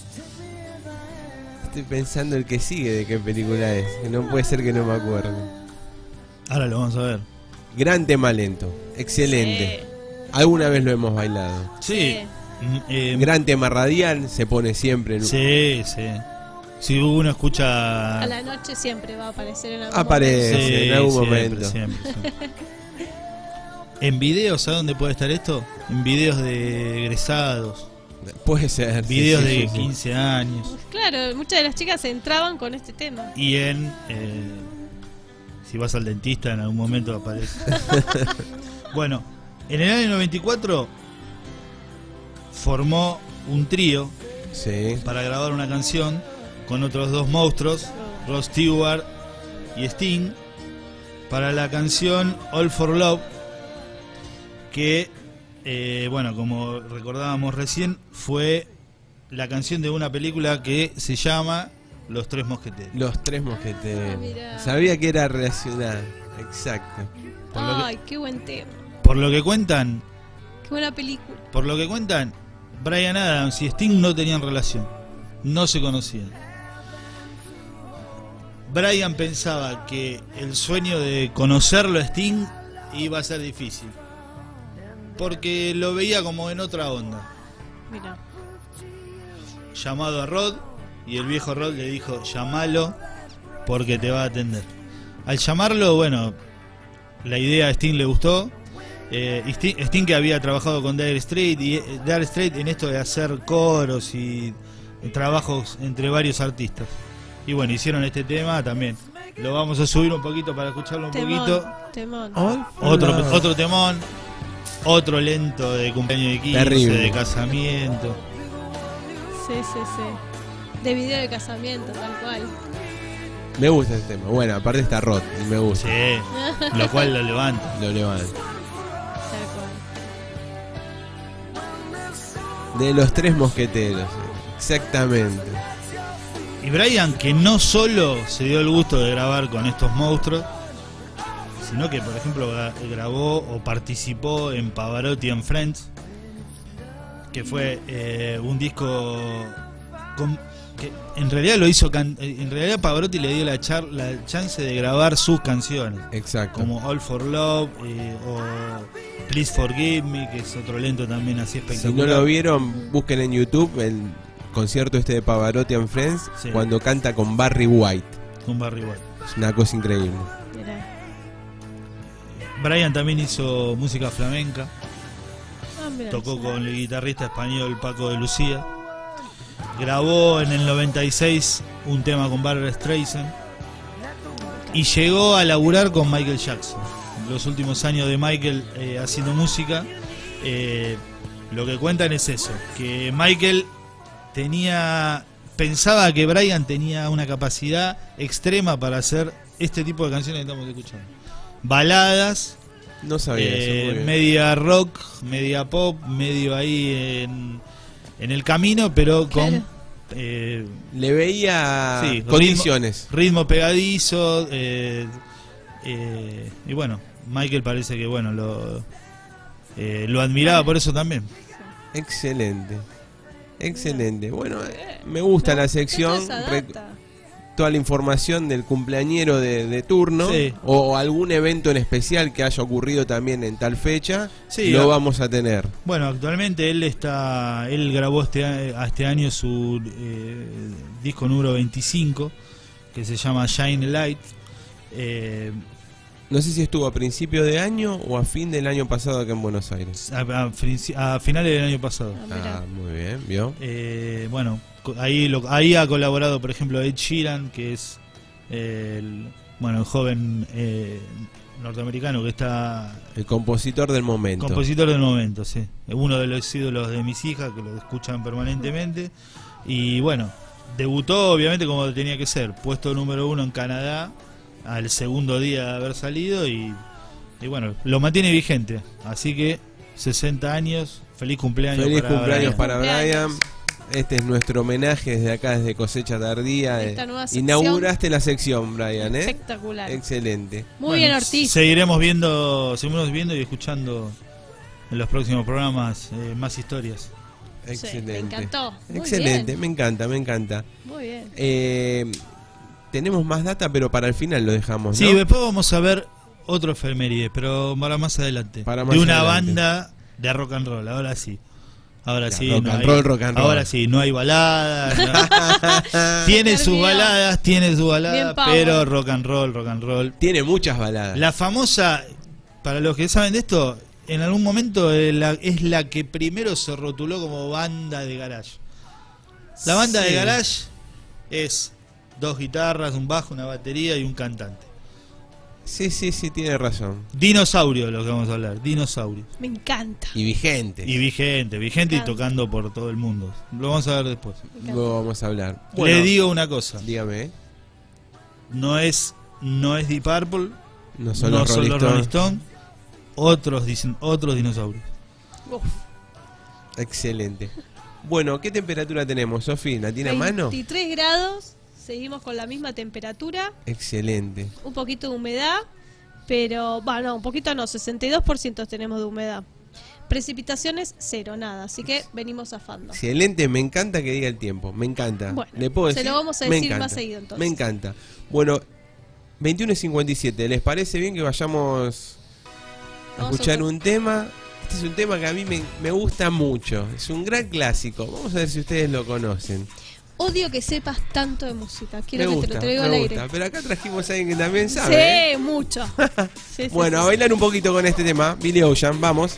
Estoy pensando el que sigue de qué película es. Que no puede ser que no me acuerdo. Ahora lo vamos a ver. Gran tema lento. Excelente. Alguna vez lo hemos bailado. Sí. Mm, eh, Gran tema radial, se pone siempre en... Sí, sí. Si uno escucha... A la noche siempre va a aparecer en algún Aparece. momento. en algún siempre, momento. siempre, siempre. En videos, ¿a dónde puede estar esto? En videos de egresados, Puede ser. sí, videos sí, de sí, sí. quince años, Claro, muchas de las chicas entraban con este tema. y en... eh, si vas al dentista en algún momento aparece. Bueno, en el año noventa y cuatro formó un trío Sí. para grabar una canción con otros dos monstruos, Rod Stewart y Sting, para la canción All for Love, que, eh, bueno, como recordábamos recién, fue la canción de una película que se llama Los Tres Mosqueteros. Los Tres Mosqueteros. Ah, mirá. Sabía que era relacionada. Exacto. Por lo que- Ay, qué buen tema. Por lo que cuentan, Qué buena película. por lo que cuentan, Bryan Adams y Sting no tenían relación, no se conocían. Bryan pensaba que el sueño de conocerlo a Sting iba a ser difícil, porque lo veía como en otra onda. Mira. Llamado a Rod, y el viejo Rod le dijo: llamalo porque te va a atender. Al llamarlo, bueno, la idea a Sting le gustó. Eh, Sting, Sting que había trabajado con Dire Straits, y eh, Dire Straits en esto de hacer coros y trabajos entre varios artistas. Y bueno, hicieron este tema también. Lo vamos a subir un poquito para escucharlo un Temón, poquito. temón. All for Otro, love. otro temón. Otro lento de cumpleaños de quince, Terrible. de casamiento. Sí, sí, sí. De video de casamiento, tal cual. Me gusta este tema. Bueno, aparte está roto y me gusta. Sí, lo cual lo levanta. Lo levanta. Tal cual. De los tres mosqueteros. Exactamente. Y Brian, que no solo se dio el gusto de grabar con estos monstruos, sino que, por ejemplo, gra- grabó o participó en Pavarotti and Friends, que fue eh, un disco con- que en realidad lo hizo, can- en realidad Pavarotti le dio la, char- la chance de grabar sus canciones, Exacto. como All for Love eh, o Please Forgive Me, que es otro lento también así Si espectacular. no lo vieron, busquen en YouTube el concierto este de Pavarotti and Friends, Sí. cuando canta con Barry White. Con Barry White. Es una cosa increíble. Mirá. Brian también hizo música flamenca. Ah, mirá, Tocó sí. con el guitarrista español Paco de Lucía. Grabó en el noventa y seis un tema con Barbra Streisand. Y llegó a laburar con Michael Jackson. Los últimos años de Michael eh, haciendo música. eh, lo que cuentan es eso. Que Michael tenía... Pensaba que Brian tenía una capacidad extrema para hacer este tipo de canciones que estamos escuchando. Baladas, No sabía eh, eso. Muy bien. media rock, media pop, medio ahí en, en el camino, pero con Claro. eh, Le veía sí, condiciones. ritmo, ritmo pegadizo. eh, eh, y bueno, Michael parece que bueno lo, eh, lo admiraba por eso también. Excelente. Excelente. Bueno, eh, me gusta la sección. Esto es Re- adapta. toda la información del cumpleañero de, de turno. Sí. O, o algún evento en especial que haya ocurrido también en tal fecha. Sí, lo a- vamos a tener. Bueno, actualmente él está, él grabó este a- a este año su eh, disco número veinticinco, que se llama Shine Light. Eh, No sé si estuvo a principio de año o a fin del año pasado acá en Buenos Aires. a, a princi- a finales del año pasado. Ah, mirá. Ah, muy bien, ¿vio? Eh, bueno, co- ahí lo, ahí ha colaborado, por ejemplo, Ed Sheeran, que es eh, el, bueno, el joven eh, norteamericano que está El compositor del momento. compositor del momento, sí. Uno de los ídolos de mis hijas, que lo escuchan permanentemente. Y bueno, debutó obviamente como tenía que ser, puesto número uno en Canadá, al segundo día de haber salido y, y bueno, lo mantiene vigente. Así que sesenta años, feliz cumpleaños Feliz para cumpleaños Brian. para Cumpleaños. Brian. Este es nuestro homenaje desde acá, desde Cosecha Tardía. Esta Eh, nueva sección. Inauguraste la sección, Brian, ¿eh? Espectacular. Excelente. Muy Bueno, bien, Ortiz. Seguiremos viendo, seguiremos viendo y escuchando en los próximos programas eh, más historias. Sí, Excelente. me encantó. Muy Excelente, bien. me encanta, me encanta. Muy bien. Eh, tenemos más data, pero para el final lo dejamos, Sí, ¿no? después vamos a ver otro efeméride, pero para más adelante. Para más de una adelante. banda de rock and roll, ahora sí. Ahora Ya, sí. rock no and hay- roll, rock and roll. Ahora sí, no hay baladas. no- tiene sus Terminó. baladas, tiene sus Bien baladas, power. pero rock and roll, rock and roll. Tiene muchas baladas. La famosa, para los que saben de esto, en algún momento eh, la- es la que primero se rotuló como banda de garage. La banda Sí. de garage es dos guitarras, un bajo, una batería y un cantante. Sí, sí, sí, tiene razón. Dinosaurio de lo que vamos a hablar, dinosaurio. Me encanta. Y vigente. Y vigente, vigente y Encanta. tocando por todo el mundo. Lo vamos a ver después. Me encanta. Luego vamos a hablar. Le digo una cosa, Dígame, ¿eh? no es no es Deep Purple, No son no los son Rolling los Rolling Stones. Stones, otros dicen otros dinosaurios. Uf, Excelente. Bueno, ¿qué temperatura tenemos, Sofi? ¿La tiene a mano? veintitrés grados. Seguimos con la misma temperatura. Excelente. Un poquito de humedad. Pero, bueno, un poquito no. sesenta y dos por ciento tenemos de humedad. Precipitaciones, cero, nada. Así que venimos zafando. Excelente, me encanta que diga el tiempo. Me encanta. Bueno, ¿Le puedo se decir? lo vamos a Me decir encanta. más seguido, entonces. Me encanta. Bueno, veintiuno y cincuenta y siete. ¿Les parece bien que vayamos a Vamos a escuchar to- un tema? Este es un tema que a mí me, me gusta mucho. Es un gran clásico. Vamos a ver si ustedes lo conocen. Odio que sepas tanto de música. Quiero me que gusta, te lo, te lo digo me al gusta. aire. Pero acá trajimos a alguien que también sabe. ¿eh? Sí, mucho. Sí, sí, Bueno, sí, a sí. bailar un poquito con este tema. Billy Ocean, vamos.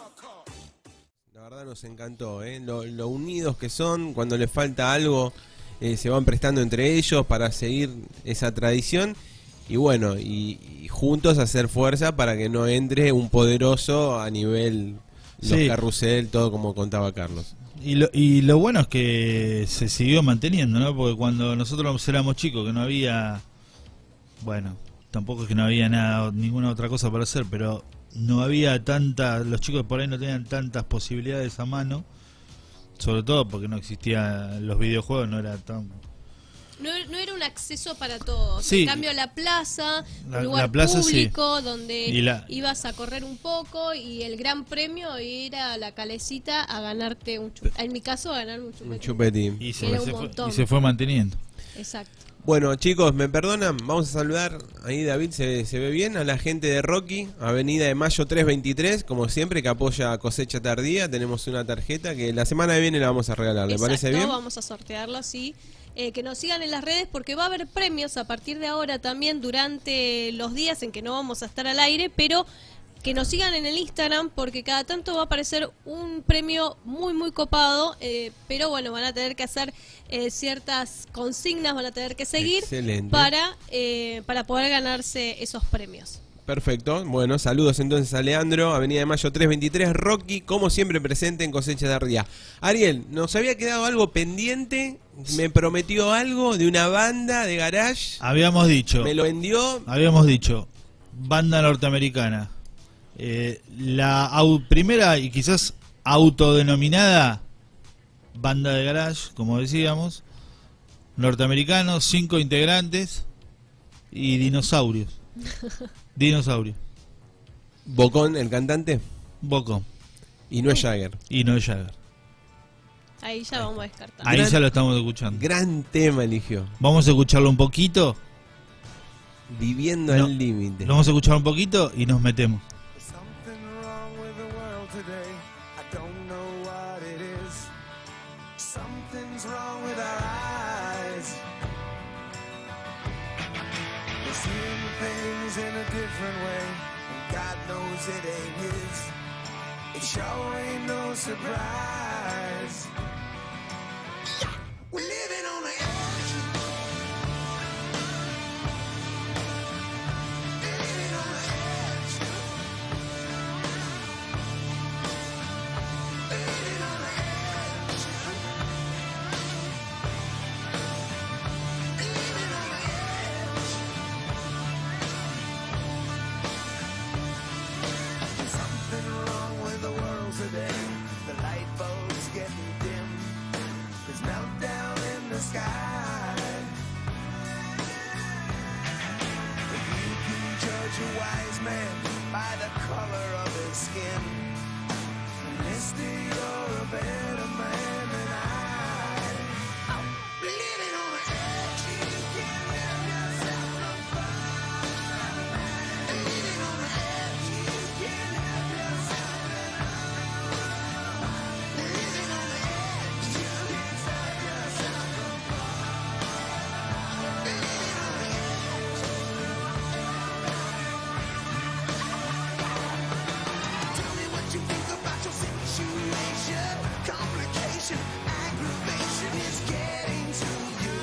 La verdad nos encantó, ¿eh? Lo, lo unidos que son, cuando les falta algo, eh, se van prestando entre ellos para seguir esa tradición y bueno, y, y juntos hacer fuerza para que no entre un poderoso a nivel los Sí. carrusel, todo como contaba Carlos. Y lo, y lo bueno es que se siguió manteniendo, ¿no? Porque cuando nosotros éramos chicos, que no había, bueno, tampoco es que no había nada, ninguna otra cosa para hacer, pero no había tanta, los chicos por ahí no tenían tantas posibilidades a mano, sobre todo porque no existían los videojuegos, no era tan... No, no era un acceso para todos. Sí. En cambio, la plaza, La- un lugar la plaza, público donde Y la- ibas a correr un poco y el gran premio era a la calecita a ganarte un chupetín. En mi caso, a ganar un chupetín. Un chupetín. Y se, Era un se fue, montón. y se fue manteniendo. Exacto. Bueno, chicos, me perdonan, vamos a saludar, ahí David se, se ve bien, a la gente de Rocky, Avenida de Mayo trescientos veintitrés, como siempre, que apoya a Cosecha Tardía. Tenemos una tarjeta que la semana que viene la vamos a regalar, ¿le parece Exacto, bien? vamos a sortearlo, sí. Eh, que nos sigan en las redes porque va a haber premios a partir de ahora también durante los días en que no vamos a estar al aire, pero que nos sigan en el Instagram porque cada tanto va a aparecer un premio muy muy copado, eh, pero bueno, van a tener que hacer eh, ciertas consignas, van a tener que seguir Excelente. para, eh, para poder ganarse esos premios. Perfecto, bueno, saludos entonces a Leandro, Avenida de Mayo trescientos veintitrés, Rocky, como siempre presente en Cosecha Tardía. Ariel, nos había quedado algo pendiente, me prometió algo de una banda de garage, Habíamos dicho, me lo vendió, habíamos dicho, banda norteamericana. Eh, la au- primera y quizás autodenominada banda de garage, como decíamos, norteamericanos, cinco integrantes y dinosaurios. Dinosaurios. Bocón, el cantante, Boco y no es Jagger. y no Jagger. Ahí ya vamos a descartar. Ahí Gran- ya lo estamos escuchando. Gran tema eligió, Vamos a escucharlo un poquito. Viviendo No, al límite. Lo vamos a escuchar un poquito y nos metemos. Something wrong with the world today. I don't know what it is. Something's wrong with our eyes. We're seeing things in a different way, and God knows it ain't his. It sure ain't no surprise. We're living on the edge. Living on the edge. Living on the edge. Living on the edge. Something wrong with the world today. The light bulb's getting dim. There's meltdown in the sky. If you can judge a wise man by the color of his skin, Mister, you're a better man than I. Living on the edge, you can't let yourself go far. Living on the edge, you can't help yourself at all. Living on the edge, you can't let yourself go far. Living on the edge. Tell me what you think about your situation. Complication, aggravation is getting to you.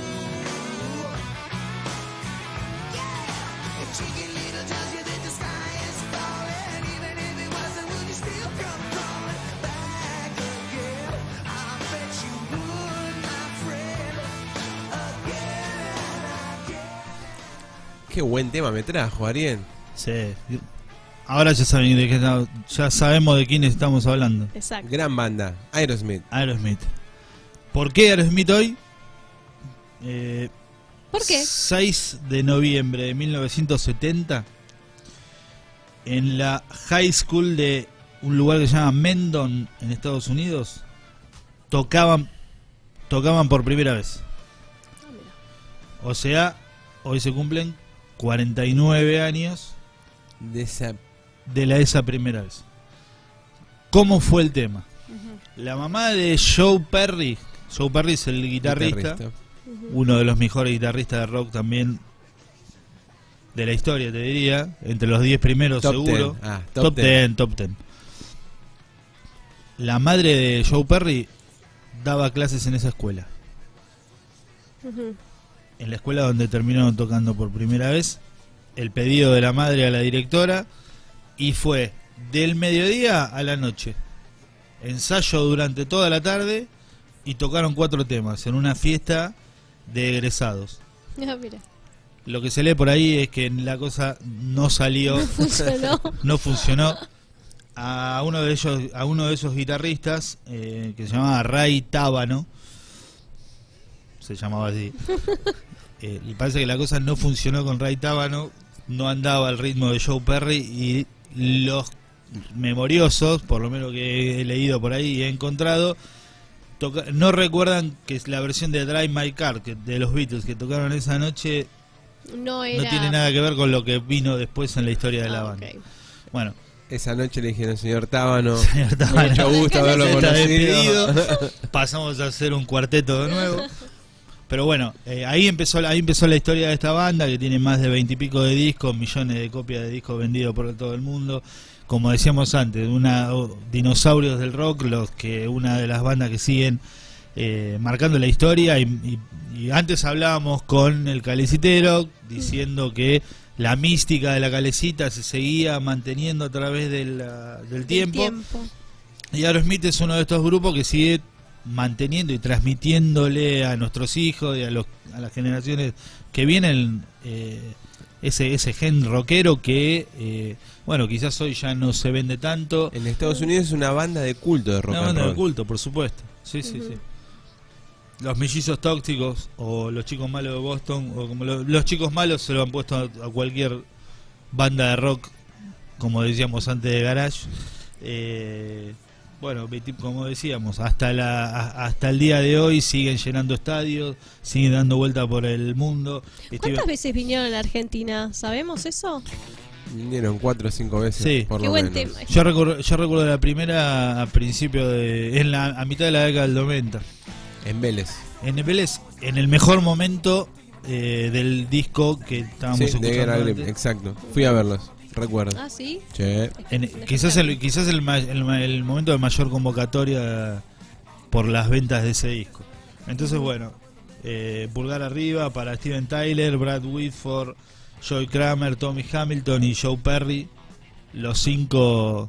Yeah. If cheeky little tells you that the sky is falling, even if it wasn't, would you still come crawling back again? I bet you would, my friend. Again and again. Qué buen tema me trajo, Ariel. Sí. Ahora ya saben de qué está- ya sabemos de quién estamos hablando. Exacto. Gran banda, Aerosmith. Aerosmith. ¿Por qué Aerosmith hoy? Eh, ¿Por qué? seis de noviembre de mil novecientos setenta, en la high school de un lugar que se llama Mendon, en Estados Unidos, tocaban tocaban por primera vez. Ah, mira. O sea, hoy se cumplen cuarenta y nueve años De esa de la esa primera vez. ¿Cómo fue el tema? Ujú. La mamá de Joe Perry, Joe Perry es el guitarrista, guitarrista. uno de los mejores guitarristas de rock también de la historia, te diría, entre los diez primeros Top seguro. ten. Ah, top top ten. ten, top ten. La madre de Joe Perry daba clases en esa escuela. Ujú. en la escuela donde terminaron tocando por primera vez. El pedido de la madre a la directora, y fue del mediodía a la noche. Ensayo durante toda la tarde y tocaron cuatro temas en una fiesta de egresados. Ah, mira. Lo que se lee por ahí es que la cosa no salió, No funcionó. no funcionó. A uno de ellos, a uno de esos guitarristas, eh, que se llamaba Ray Tábano, se llamaba así. Eh, y parece que la cosa no funcionó con Ray Tábano, no andaba al ritmo de Joe Perry, y los memoriosos, por lo menos que he leído por ahí y he encontrado, toca- no recuerdan que es la versión de Drive My Car que, de los Beatles que tocaron esa noche. No era. No tiene nada que ver con lo que vino después en la historia de la Ah, banda. ok. Bueno, Esa noche le dijeron, señor Tábano, señor Tábano, mucho gusto haberlo está conocido. despedido. Pasamos a hacer un cuarteto de nuevo. Pero bueno, eh, ahí empezó la- ahí empezó la historia de esta banda, que tiene más de veintipico de discos, millones de copias de discos vendidos por todo el mundo. Como decíamos antes, una oh, dinosaurios del rock, los que una de las bandas que siguen eh, marcando la historia. Y, y- y antes hablábamos con el Calecitero diciendo que la mística de la Calecita se seguía manteniendo a través de la- del Del tiempo. tiempo. Y Aerosmith es uno de estos grupos que sigue manteniendo y transmitiéndole a nuestros hijos y a, los, a las generaciones que vienen eh, ese ese gen rockero que, eh, bueno, quizás hoy ya no se vende tanto. En Estados Unidos es una banda de culto de rock Una and banda de roll. culto, por supuesto. Sí, sí, Ujú. sí. Los mellizos tóxicos o los chicos malos de Boston, o como lo- los chicos malos se lo han puesto a, a cualquier banda de rock, como decíamos antes de Garage. Eh, bueno, veti- como decíamos, hasta la a- hasta el día de hoy siguen llenando estadios, siguen dando vuelta por el mundo. ¿Cuántas Steve- veces vinieron a la Argentina? ¿Sabemos eso? Vinieron cuatro o cinco veces, Sí. por Qué lo buen menos. tema. Yo recuerdo, yo recuerdo la primera a principio de, en la, a mitad de la década del noventa. En Vélez. En Vélez, en el mejor momento eh, del disco que estábamos Sí, de escuchando Get Ugly, antes. exacto. Fui a verlos, recuerdo. Ah, sí. Che. En- quizás el, quizás el, ma- el, ma- el momento de mayor convocatoria por las ventas de ese disco. Entonces, bueno, eh, pulgar arriba para Steven Tyler, Brad Whitford, Joey Kramer, Tommy Hamilton y Joe Perry, los cinco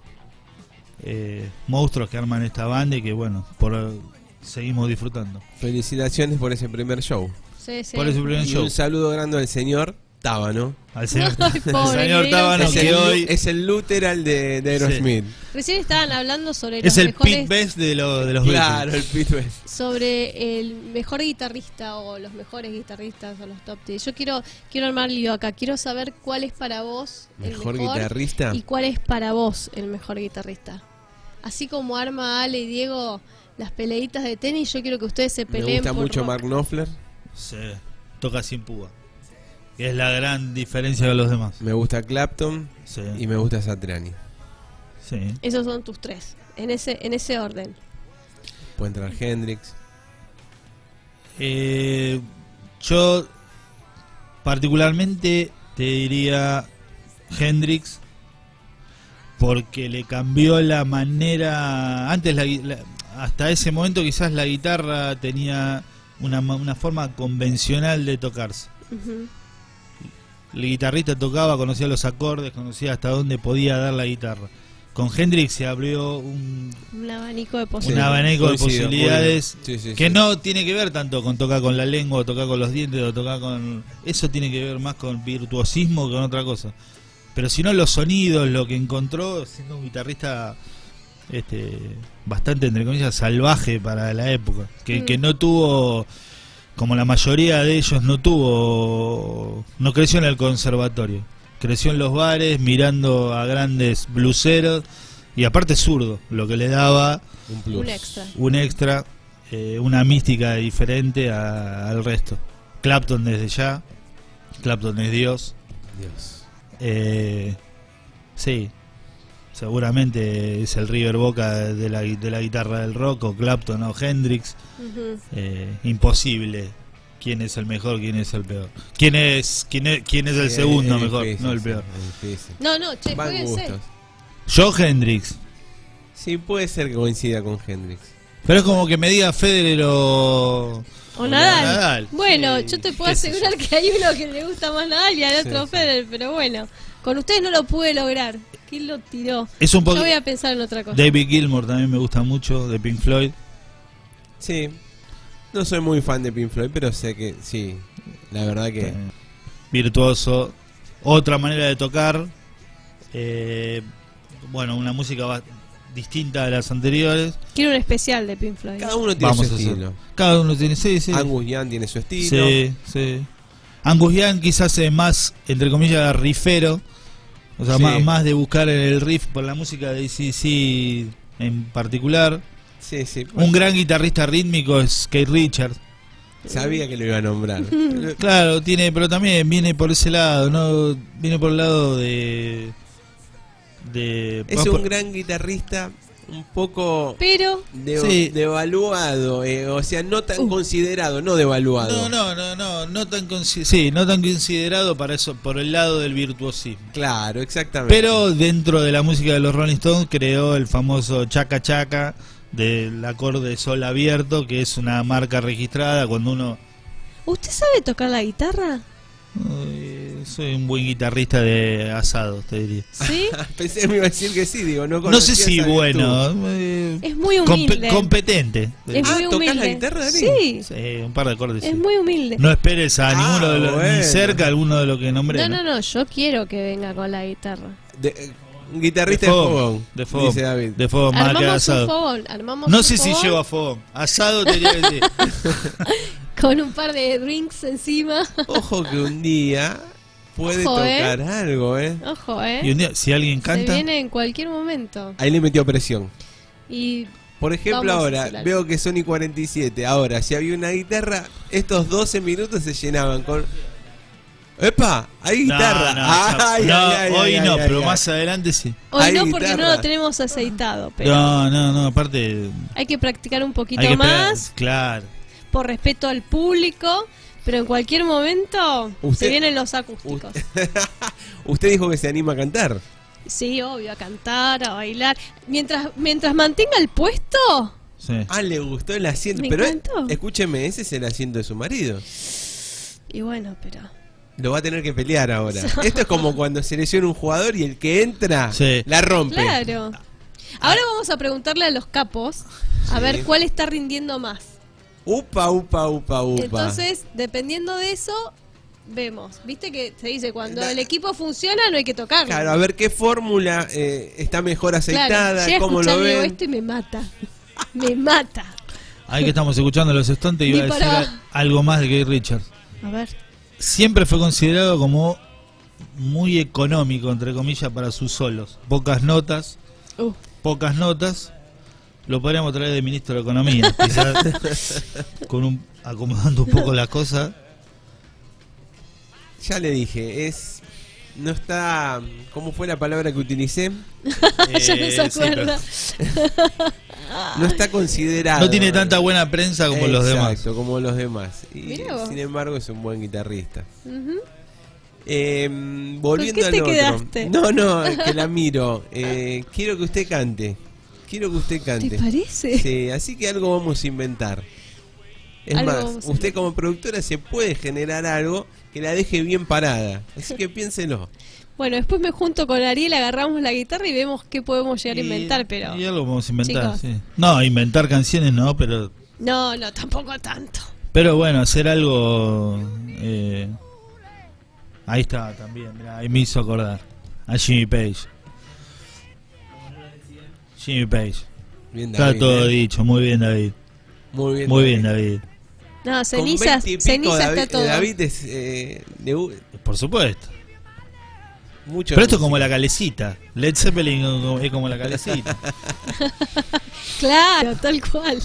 eh, monstruos que arman esta banda y que, bueno, por seguimos disfrutando. Felicitaciones por ese primer show. Sí, sí. Por ese primer Y show. un saludo grande al señor Tábano. Al señor, Ay, al pobre, señor le Tábano, dieron Es que el, hoy es el luteral de, de Aerosmith. Recién estaban hablando sobre los es el mejores, Pete Best de, lo- de los Claro, Beatles. el Pete West. sobre el mejor guitarrista o los mejores guitarristas o los top diez. Yo quiero quiero armar lío acá. Quiero saber cuál es para vos el Mejor mejor guitarrista. y cuál es para vos el mejor guitarrista. Así como arma Ale y Diego las peleitas de tenis, yo quiero que ustedes se Me peleen gusta por mucho rock. Mark Knopfler. Sí, toca sin púa. Que es la gran diferencia de los demás. Me gusta Clapton. Sí, Y me gusta Satriani. sí. Esos son tus tres, en ese en ese orden. Puede entrar Hendrix. Eh, yo particularmente te diría Hendrix, porque le cambió la manera. Antes la gui- la- hasta ese momento quizás la guitarra tenía una, ma- una forma convencional de tocarse. Ujú. El guitarrista tocaba, conocía los acordes, conocía hasta dónde podía dar la guitarra. Con Hendrix se abrió un, Un abanico de un posibilidades. abanico de Coincido, posibilidades muy bien. Sí, sí, que sí. no tiene que ver tanto con tocar con la lengua, o tocar con los dientes, o tocar con... Eso tiene que ver más con virtuosismo que con otra cosa. Pero si no, los sonidos, lo que encontró siendo un guitarrista este bastante, entre comillas, salvaje para la época. Que, Mm. que no tuvo, como la mayoría de ellos, no tuvo... No creció en el conservatorio. Creció en los bares, mirando a grandes bluseros, y aparte zurdo, lo que le daba Un plus. Un extra. un extra, eh, una mística diferente a- al resto. Clapton desde ya, Clapton es Dios. Dios. Eh, sí, seguramente es el River Boca de la, de la guitarra del rock, o Clapton o Hendrix. Ujú. Eh, imposible. ¿Quién es el mejor? ¿Quién es el peor? ¿Quién es quién es, quién es el Sí, segundo es mejor? difícil, No el sí, peor. es difícil. No, no, che, Van jueguense. gustos. Yo Hendrix. Sí, puede ser que coincida con Hendrix. Pero es como que me diga Federer o, ¿O O Nadal? Nadal, Bueno, sí, yo te puedo qué sé asegurar que hay uno que le gusta más Nadal y al Sí, otro sí. Federer, pero bueno, con ustedes no lo pude lograr. ¿Quién lo tiró? Es un poco. Yo voy a pensar en otra cosa. David Gilmour también me gusta mucho, de Pink Floyd. Sí. No soy muy fan de Pink Floyd, pero sé que sí. La verdad que... Eh, virtuoso. Otra manera de tocar. Eh, bueno, una música va- distinta a las anteriores. Quiero un especial de Pink Floyd. Cada uno tiene Vamos su a hacer. estilo. Cada uno tiene. Sí, sí. Angus Young tiene su estilo. Sí, sí. Angus Young quizás es más, entre comillas, riffero. O sea, Sí. más, más de buscar el riff por la música de A C/D C en particular. Sí, sí. Un gran guitarrista rítmico es Keith Richards. Sabía que lo iba a nombrar. Claro, tiene, pero también viene por ese lado, no viene por el lado de de Es un gran guitarrista, un poco Pero, de- Sí. devaluado, eh, o sea, no tan Uh. considerado, no devaluado. No, no, no, no, no tan consi- sí, no tan considerado para eso, por el lado del virtuosismo. Claro, exactamente. Pero dentro de la música de los Rolling Stones creó el famoso chaca chaca del acorde sol abierto, que es una marca registrada cuando uno ¿usted sabe tocar la guitarra? eh, soy un buen guitarrista de asado, te diría. ¿Sí? Pensé que me iba a decir que sí, digo, no No sé conocía si esa virtud. bueno, eh, Es muy compe- humilde. competente. Es Ah, muy ¿tocás humilde. la guitarra, David? Sí, Sí, un par de acordes. es sí. muy humilde. No esperes a Ah, ninguno de los, bueno. ni cerca a alguno de los que nombré. No, no, no, yo quiero que venga con la guitarra. De- eh, un guitarrista de fogón, fogón, de fogón, dice David. de fogón más que Armamos un asado. fogón, armamos No un sé si fogón llevo a fogón. Asado tenía que decir. con un par de drinks encima. Ojo que un día puede Ojo, ¿eh? tocar algo, ¿eh? Ojo, Y eh. un día, si alguien Se canta, viene en cualquier momento. Ahí le metió presión. Y Por ejemplo, Vamos a ahora hacer algo. veo que son y cuarenta y siete. Ahora, si había una guitarra, estos doce minutos se llenaban con. ¡Epa! ¡Hay No, guitarra! no, ¡Ay, no, ay, ay, hoy ay, no, ay, pero ay! más adelante sí. hoy Hay no porque no guitarra. lo tenemos aceitado, pero No, no, no, aparte. hay que practicar un poquito Hay que esperar- más Claro. por respeto al público, pero en cualquier momento Usted- se vienen los acústicos. Usted dijo que se anima a cantar. Sí, obvio, a cantar, a bailar. Mientras mientras mantenga el puesto, Sí. Ah, le gustó el asiento. Me pero eh, encantó. escúcheme, ese es el asiento de su marido. y bueno, pero Lo va a tener que pelear ahora. Esto es como cuando se lesiona un jugador y el que entra Sí. la rompe. claro. Ahora vamos a preguntarle a los capos a Sí. ver cuál está rindiendo más. Upa, upa, upa, upa. Entonces, dependiendo de eso, vemos. ¿Viste que se dice cuando La- el equipo funciona no hay que tocarlo? Claro, a ver qué fórmula eh, está mejor Claro, aceitada, llega a cómo lo escuchar Diego ven. esto y me mata. Me mata. Ahí que estamos escuchando los Stones, iba a Ni decir para- a- algo más de Keith Richards. A ver. Siempre fue considerado como muy económico, entre comillas, para sus solos. Pocas notas, Uh, pocas notas. Lo podríamos traer de ministro de Economía, quizás con un, acomodando un poco la cosa. Ya le dije, es no está, ¿cómo fue la palabra que utilicé? ya no Eh, se sí, acuerda. No está considerado. No tiene tanta buena prensa como los demás. Exacto, como los demás. Y Mirá vos. sin embargo es un buen guitarrista. Ujú. Eh, volviendo ¿Con qué al te otro. quedaste? No, no, es que la miro. Eh, quiero que usted cante. Quiero que usted ¿Te cante. parece? Sí, así que algo vamos a inventar. Es Algo más, vamos a usted inventar. como productora se puede generar algo que la deje bien parada. Así que piénselo. Bueno, después me junto con Ariel, agarramos la guitarra y vemos qué podemos llegar a inventar, pero... Y algo vamos a inventar, Chicos. sí. No, inventar canciones no, pero No, no, tampoco tanto. pero bueno, hacer algo... eh, ahí está también, mirá, ahí me hizo acordar. A Jimmy Page. Jimmy Page. Bien, Está David, todo ¿eh? dicho, muy bien David. Muy bien. Muy bien David. No, Con cenizas, veinte y pico, cenizas David, está todo. eh, David es eh, de u- Por supuesto. mucho. Pero esto es como la calecita. Led Zeppelin es como la calecita. Claro, tal cual.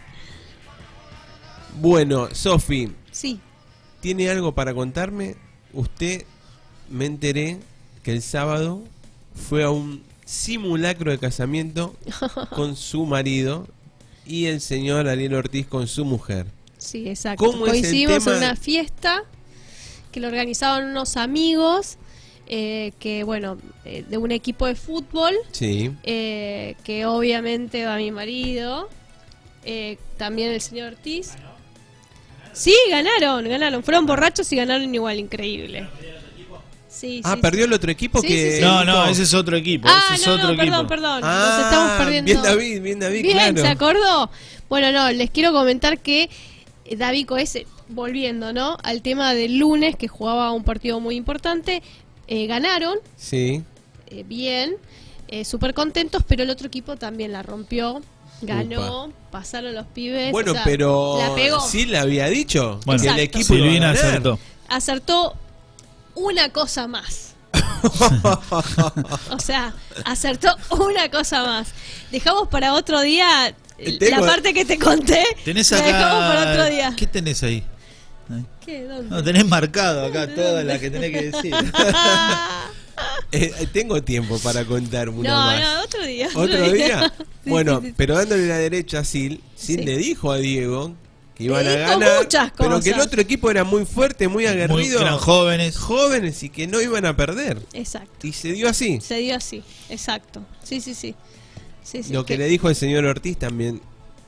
Bueno, Sofi, Sí. ¿tiene algo para contarme? Usted, me enteré que el sábado fue a un simulacro de casamiento con su marido y el señor Ariel Ortiz con su mujer. Sí, exacto. ¿Cómo es el Coincidimos tema? en una fiesta que lo organizaban unos amigos, eh, que bueno, eh, de un equipo de fútbol, Sí. eh, que obviamente va mi marido, eh, también el señor Ortiz. Sí, ganaron, ganaron. Fueron borrachos y ganaron igual, increíble. Sí, Ah, sí, perdió sí. el otro equipo Sí, que... sí, sí. No, no, ese es otro equipo. Ah, ese es no, otro no, equipo. perdón, perdón. Ah, Nos estamos perdiendo. bien David, bien David, Bien, claro. ¿se acordó? Bueno, no, les quiero comentar que eh, David Coes, volviendo, ¿no? Al tema del lunes, que jugaba un partido muy importante, eh, ganaron, Sí. eh, bien, eh, súper contentos, pero el otro equipo también la rompió, ganó, pasaron los pibes. Bueno, o sea, pero la pegó. sí le había dicho Bueno, que el Exacto. equipo iba a Silvina ganar. acertó. Acertó una cosa más. O sea, acertó una cosa más. Dejamos para otro día eh, Tengo- la parte que te conté. Tenés la acá. dejamos para otro día. ¿Qué tenés ahí? ¿Qué? ¿Dónde? No, tenés marcado acá todas las que tenés que decir. Eh, eh, tengo tiempo para contar una no, más. no, otro día. ¿Otro día? Sí, Bueno, sí, sí, sí. pero dándole la derecha a Sil, Sil Sí. le dijo a Diego que Le iban a dijo ganar, muchas pero que el cosas. otro equipo era muy fuerte, muy Muy, aguerrido, eran jóvenes. jóvenes y que no iban a perder. Exacto. Y se dio así. Se dio así. Exacto. Sí, sí, sí. Sí, sí, Lo que le dijo el señor Ortiz también,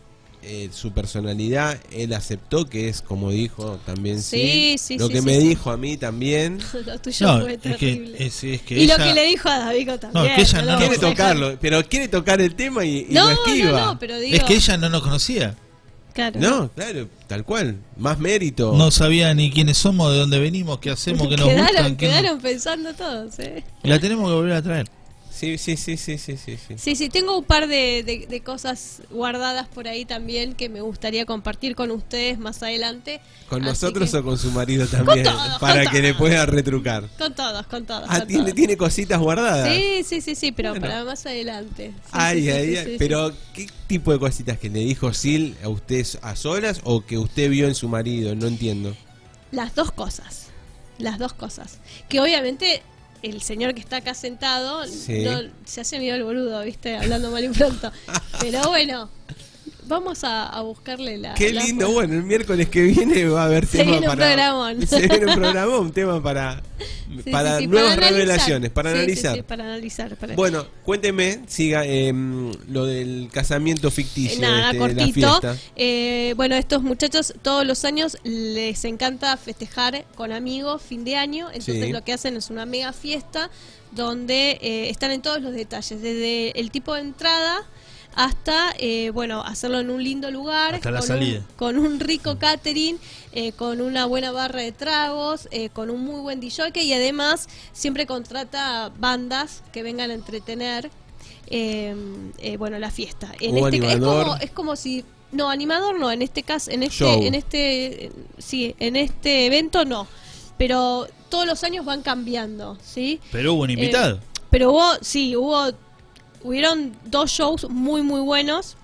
eh, su personalidad, él aceptó que es como dijo también Sí, Sil. sí, Lo sí, que sí, me sí. dijo a mí también. Lo tuyo No, fue es que, terrible. es, es que y ella. lo que le dijo a Davico también. No, que ella no- lo Quiere vamos a dejar. tocarlo, pero quiere tocar el tema y, y No, lo esquiva. no, no, pero digo. Es que ella no nos conocía. Claro. No, claro, tal cual. Más mérito. No sabía ni quiénes somos, de dónde venimos, qué hacemos, qué nos quedaron, gustan. qué no- quedaron pensando todos, ¿eh? Y la tenemos que volver a traer. Sí, sí, sí, sí, sí, sí, sí. Sí, sí, tengo un par de, de- de cosas guardadas por ahí también que me gustaría compartir con ustedes más adelante. ¿Con Así nosotros que- o con su marido también? todos, para con que le todos. pueda retrucar. Con todos, con todos. Ah, con ¿tiene, todos. tiene cositas guardadas. Sí, sí, sí, sí, pero Bueno. para más adelante. Sí, Ay, sí, sí, ay, sí, ay. sí, sí. Pero, ¿qué tipo de cositas que le dijo Sil a usted a solas o que usted vio en su marido? No entiendo. Las dos cosas. Las dos cosas. Que obviamente el señor que está acá sentado Sí. no, se hace medio el boludo, ¿viste? Hablando mal y pronto. Pero bueno, vamos a, a buscarle la. Qué la lindo. forma. Bueno, el miércoles que viene va a haber Se tema viene un para. programón. Se viene un programa, un tema para. Sí, para sí, sí, nuevas analizar. revelaciones, para Sí, sí, analizar. sí, para analizar. para- Bueno, cuénteme, siga em, lo del casamiento ficticio. Eh, Nada, este, de la cortito. fiesta. Eh, bueno, estos muchachos todos los años les encanta festejar con amigos fin de año. Entonces Sí. lo que hacen es una mega fiesta donde eh, están en todos los detalles, desde el tipo de entrada hasta, eh, bueno, hacerlo en un lindo lugar, Hasta la con, salida. Un, con un rico catering, eh, con una buena barra de tragos, eh, con un muy buen D J y además siempre contrata bandas que vengan a entretener. Eh, eh, bueno, la fiesta. En ¿Hubo este ca- es animador? como, es como si no, animador no, en este caso, en Show. este, en este, eh, sí, en este evento no, pero todos los años van cambiando, ¿sí? Pero hubo un invitado. Eh, pero hubo, sí, hubo, hubieron dos shows muy muy buenos.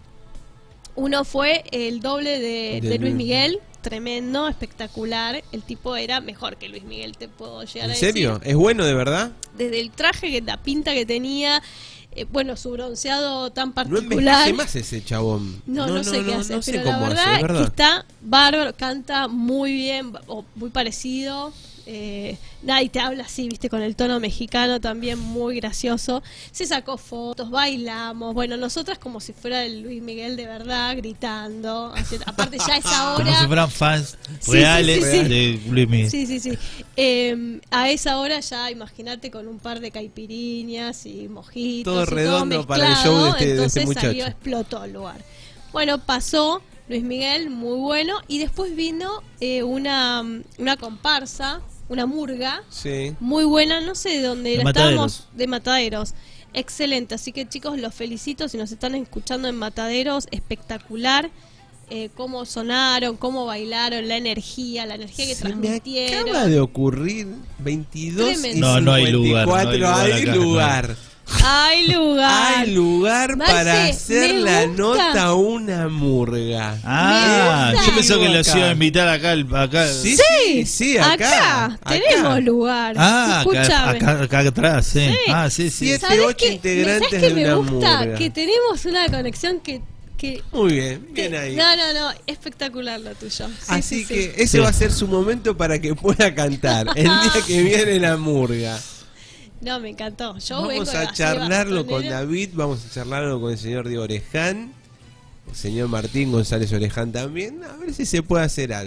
Uno fue el doble de, De de Luis Luis. Miguel, tremendo, espectacular. El tipo era mejor que Luis Miguel, te puedo llegar a ¿En decir. serio? ¿Es bueno de verdad? Desde el traje, que- la pinta que tenía, eh, bueno, su bronceado tan No particular. envejece más ese chabón. No, no, sé qué hace, no sé pero cómo la hace, verdad, es verdad. que está bárbaro, canta muy bien, o muy parecido. Eh, nada, y te habla así, viste, con el tono mexicano también muy gracioso. Se sacó fotos, bailamos. Bueno, nosotras como si fuera el Luis Miguel de verdad, gritando. Así- aparte, ya a esa Como si hora. fueran fans Sí, reales sí, sí, sí. de Luis Miguel. Sí, sí, sí. Eh, a esa hora ya, imagínate, con un par de caipiriñas y mojitos. Todo y redondo para el mezclado, show de este- de entonces este muchacho. salió, explotó el lugar. Bueno, pasó Luis Miguel, muy bueno. Y después vino eh, una, una comparsa, una murga, Sí. muy buena, no sé de dónde De era, Mataderos. estábamos de Mataderos. Excelente, así que chicos, los felicito si nos están escuchando en Mataderos, espectacular. Eh, cómo sonaron, cómo bailaron, la energía, la energía que Se me transmitieron. acaba de ocurrir veintidós y Tremendo. No, no hay lugar, no hay cincuenta y lugar cuatro. Hay acá, no. lugar. Hay lugar. Hay lugar Marce, para hacer me la gusta. nota una murga. Ah, Me gusta. yo pensé que los Acá. iba a invitar acá. al- acá. Sí, sí, sí, acá. acá, tenemos lugar. Ah, acá, Escúchame. acá, acá atrás, sí. Sí. Ah, sí, sí. Siete, ¿Sabés ocho qué? integrantes ¿Sabés qué de me una gusta? murga. Que tenemos una conexión que... que Muy bien, bien que- ahí. No, no, no, espectacular lo tuyo. Sí, Así sí, que sí. ese Sí. va a ser su momento para que pueda cantar el día que viene la murga. No, me encantó. Yo vengo Vamos de a así, charlarlo con bastonero. David, vamos a charlarlo con el señor de Oreján, el señor Martín González Oreján también, a ver si se puede hacer algo.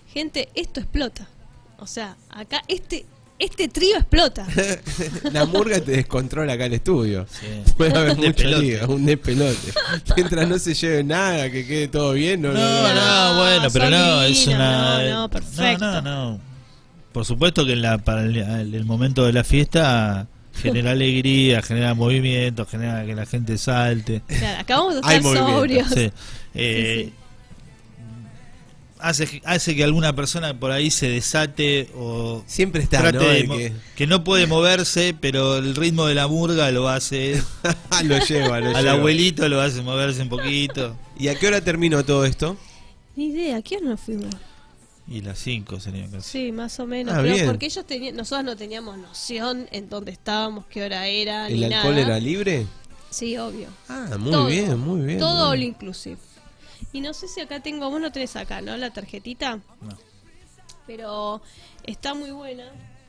gente, esto explota. O sea, acá este este trío explota. La murga te descontrola acá el estudio. Sí. Puede haber Un mucha despelote. liga, un despelote. Mientras no se lleve nada, que quede todo bien. No, No, no, no, no. No, bueno, pero no, es Solino, una... no, no, perfecto. No, no, no. Por supuesto que en la, para el, el momento de la fiesta genera alegría, genera movimiento, genera que la gente salte. Claro, acá vamos a Hay estar movimiento, sobrios. Sí. Eh, sí. Hace, hace que alguna persona por ahí se desate o Siempre está, trate ¿no? de De mo- que que no puede moverse, pero el ritmo de la murga lo hace, lo lleva, lo al lleva. abuelito lo hace moverse un poquito. ¿Y a qué hora terminó todo esto? Ni idea, ¿a qué hora nos fuimos? Y las cinco serían casi. Sí, más o menos. Ah, pero bien. porque ellos tenían, nosotros no teníamos noción en dónde estábamos, qué hora era, ¿El ni alcohol nada. era libre? Sí, obvio. Ah, muy Todo, bien, muy bien. Todo muy all bien. inclusive. Y no sé si acá tengo, vos no tenés acá, ¿no? La tarjetita. No. Pero está muy buena.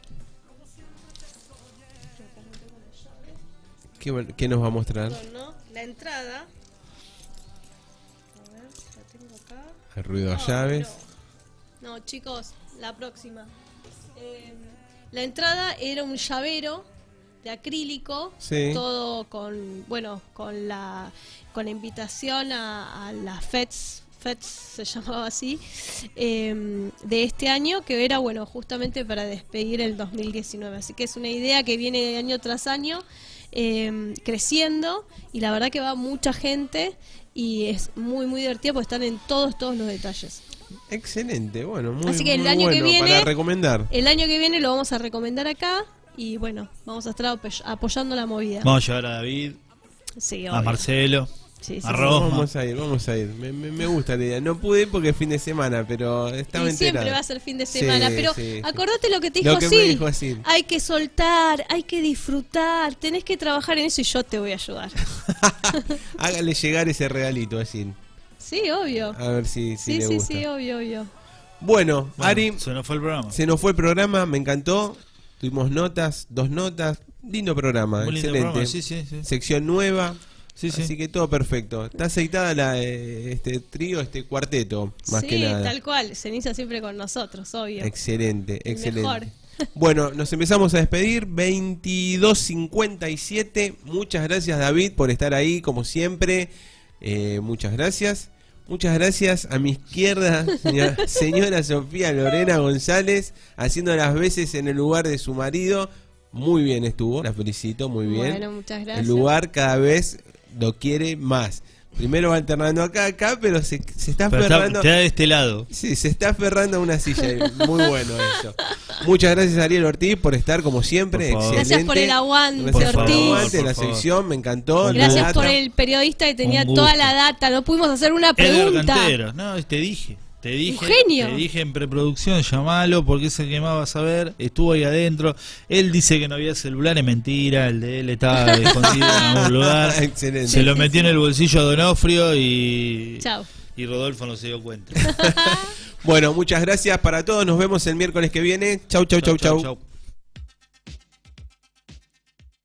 ¿Qué, va- qué nos va a mostrar? ¿No? La entrada. A ver, la tengo acá. El ruido a No, llaves. No, no, chicos, la próxima. Eh, la entrada era un llavero de acrílico, Sí. todo con, bueno, con la, con la invitación a, a la FETS, FETS se llamaba así, eh, de este año, que era, bueno, justamente para despedir el dos mil diecinueve. Así que es una idea que viene año tras año, eh, creciendo, y la verdad que va mucha gente y es muy, muy divertido porque están en todos, todos los detalles. Excelente, bueno, muy, Así que el muy año que bueno viene- para recomendar. El año que viene lo vamos a recomendar acá y bueno, vamos a estar apoy- apoyando la movida. Vamos a llevar a David, Sí, a obvio. Marcelo, Sí, sí, a sí. Rosma. Vamos a ir, vamos a ir. Me, me- me gusta la idea. No pude ir porque es fin de semana, pero estaba Y siempre enterado. va a ser fin de Sí, semana, pero sí, sí. acordate lo que te Lo dijo que me Sil. dijo Sil. Hay que soltar, hay que disfrutar, tenés que trabajar en eso y yo te voy a ayudar. Hágale llegar ese regalito así. Sí, obvio. A ver si, si Sí, le sí, gusta. sí, obvio, obvio. Bueno, Bueno, Ari, se nos fue el programa. se nos fue el programa, me encantó. Tuvimos notas, dos notas. Lindo programa, Muy lindo excelente. programa, sí, sí, sí. Sección nueva. Sí, sí. Así que todo perfecto. Está aceitada la, eh, este trío, este cuarteto, más Sí, que nada. tal cual, ceniza siempre con nosotros, obvio. Excelente, El excelente. mejor. Bueno, nos empezamos a despedir. veintidós cincuenta y siete. Muchas gracias, David, por estar ahí, como siempre. Eh, muchas gracias. Muchas gracias a mi izquierda, señora, señora Sofía Lorena González, haciendo las veces en el lugar de su marido. Muy bien estuvo, la felicito, muy bien. Bueno, muchas gracias. El lugar cada vez lo quiere más. Primero va alternando acá, acá, pero se, se está Pero está, aferrando. está de este lado. Sí, se está aferrando a una silla. Muy bueno eso. Muchas gracias, Ariel Ortiz, por estar como siempre. Por favor. Excelente. Gracias por el aguante, Gracias por el Ortiz. aguante, Por la favor. sección, me encantó. la Gracias por data. el periodista que tenía Un toda gusto. la data. No pudimos hacer una Edgar pregunta. Cantero. No, te dije. Te dije, genio. te dije en preproducción, llamalo porque es el que más vas a ver. Estuvo ahí adentro. Él dice que no había celular, es mentira. El de él estaba escondido en algún lugar. Excelente. Se lo metió en el bolsillo a Donofrio y, Chao. y Rodolfo no se dio cuenta. Bueno, muchas gracias para todos. Nos vemos el miércoles que viene. Chau, chau, chau, chau. chau.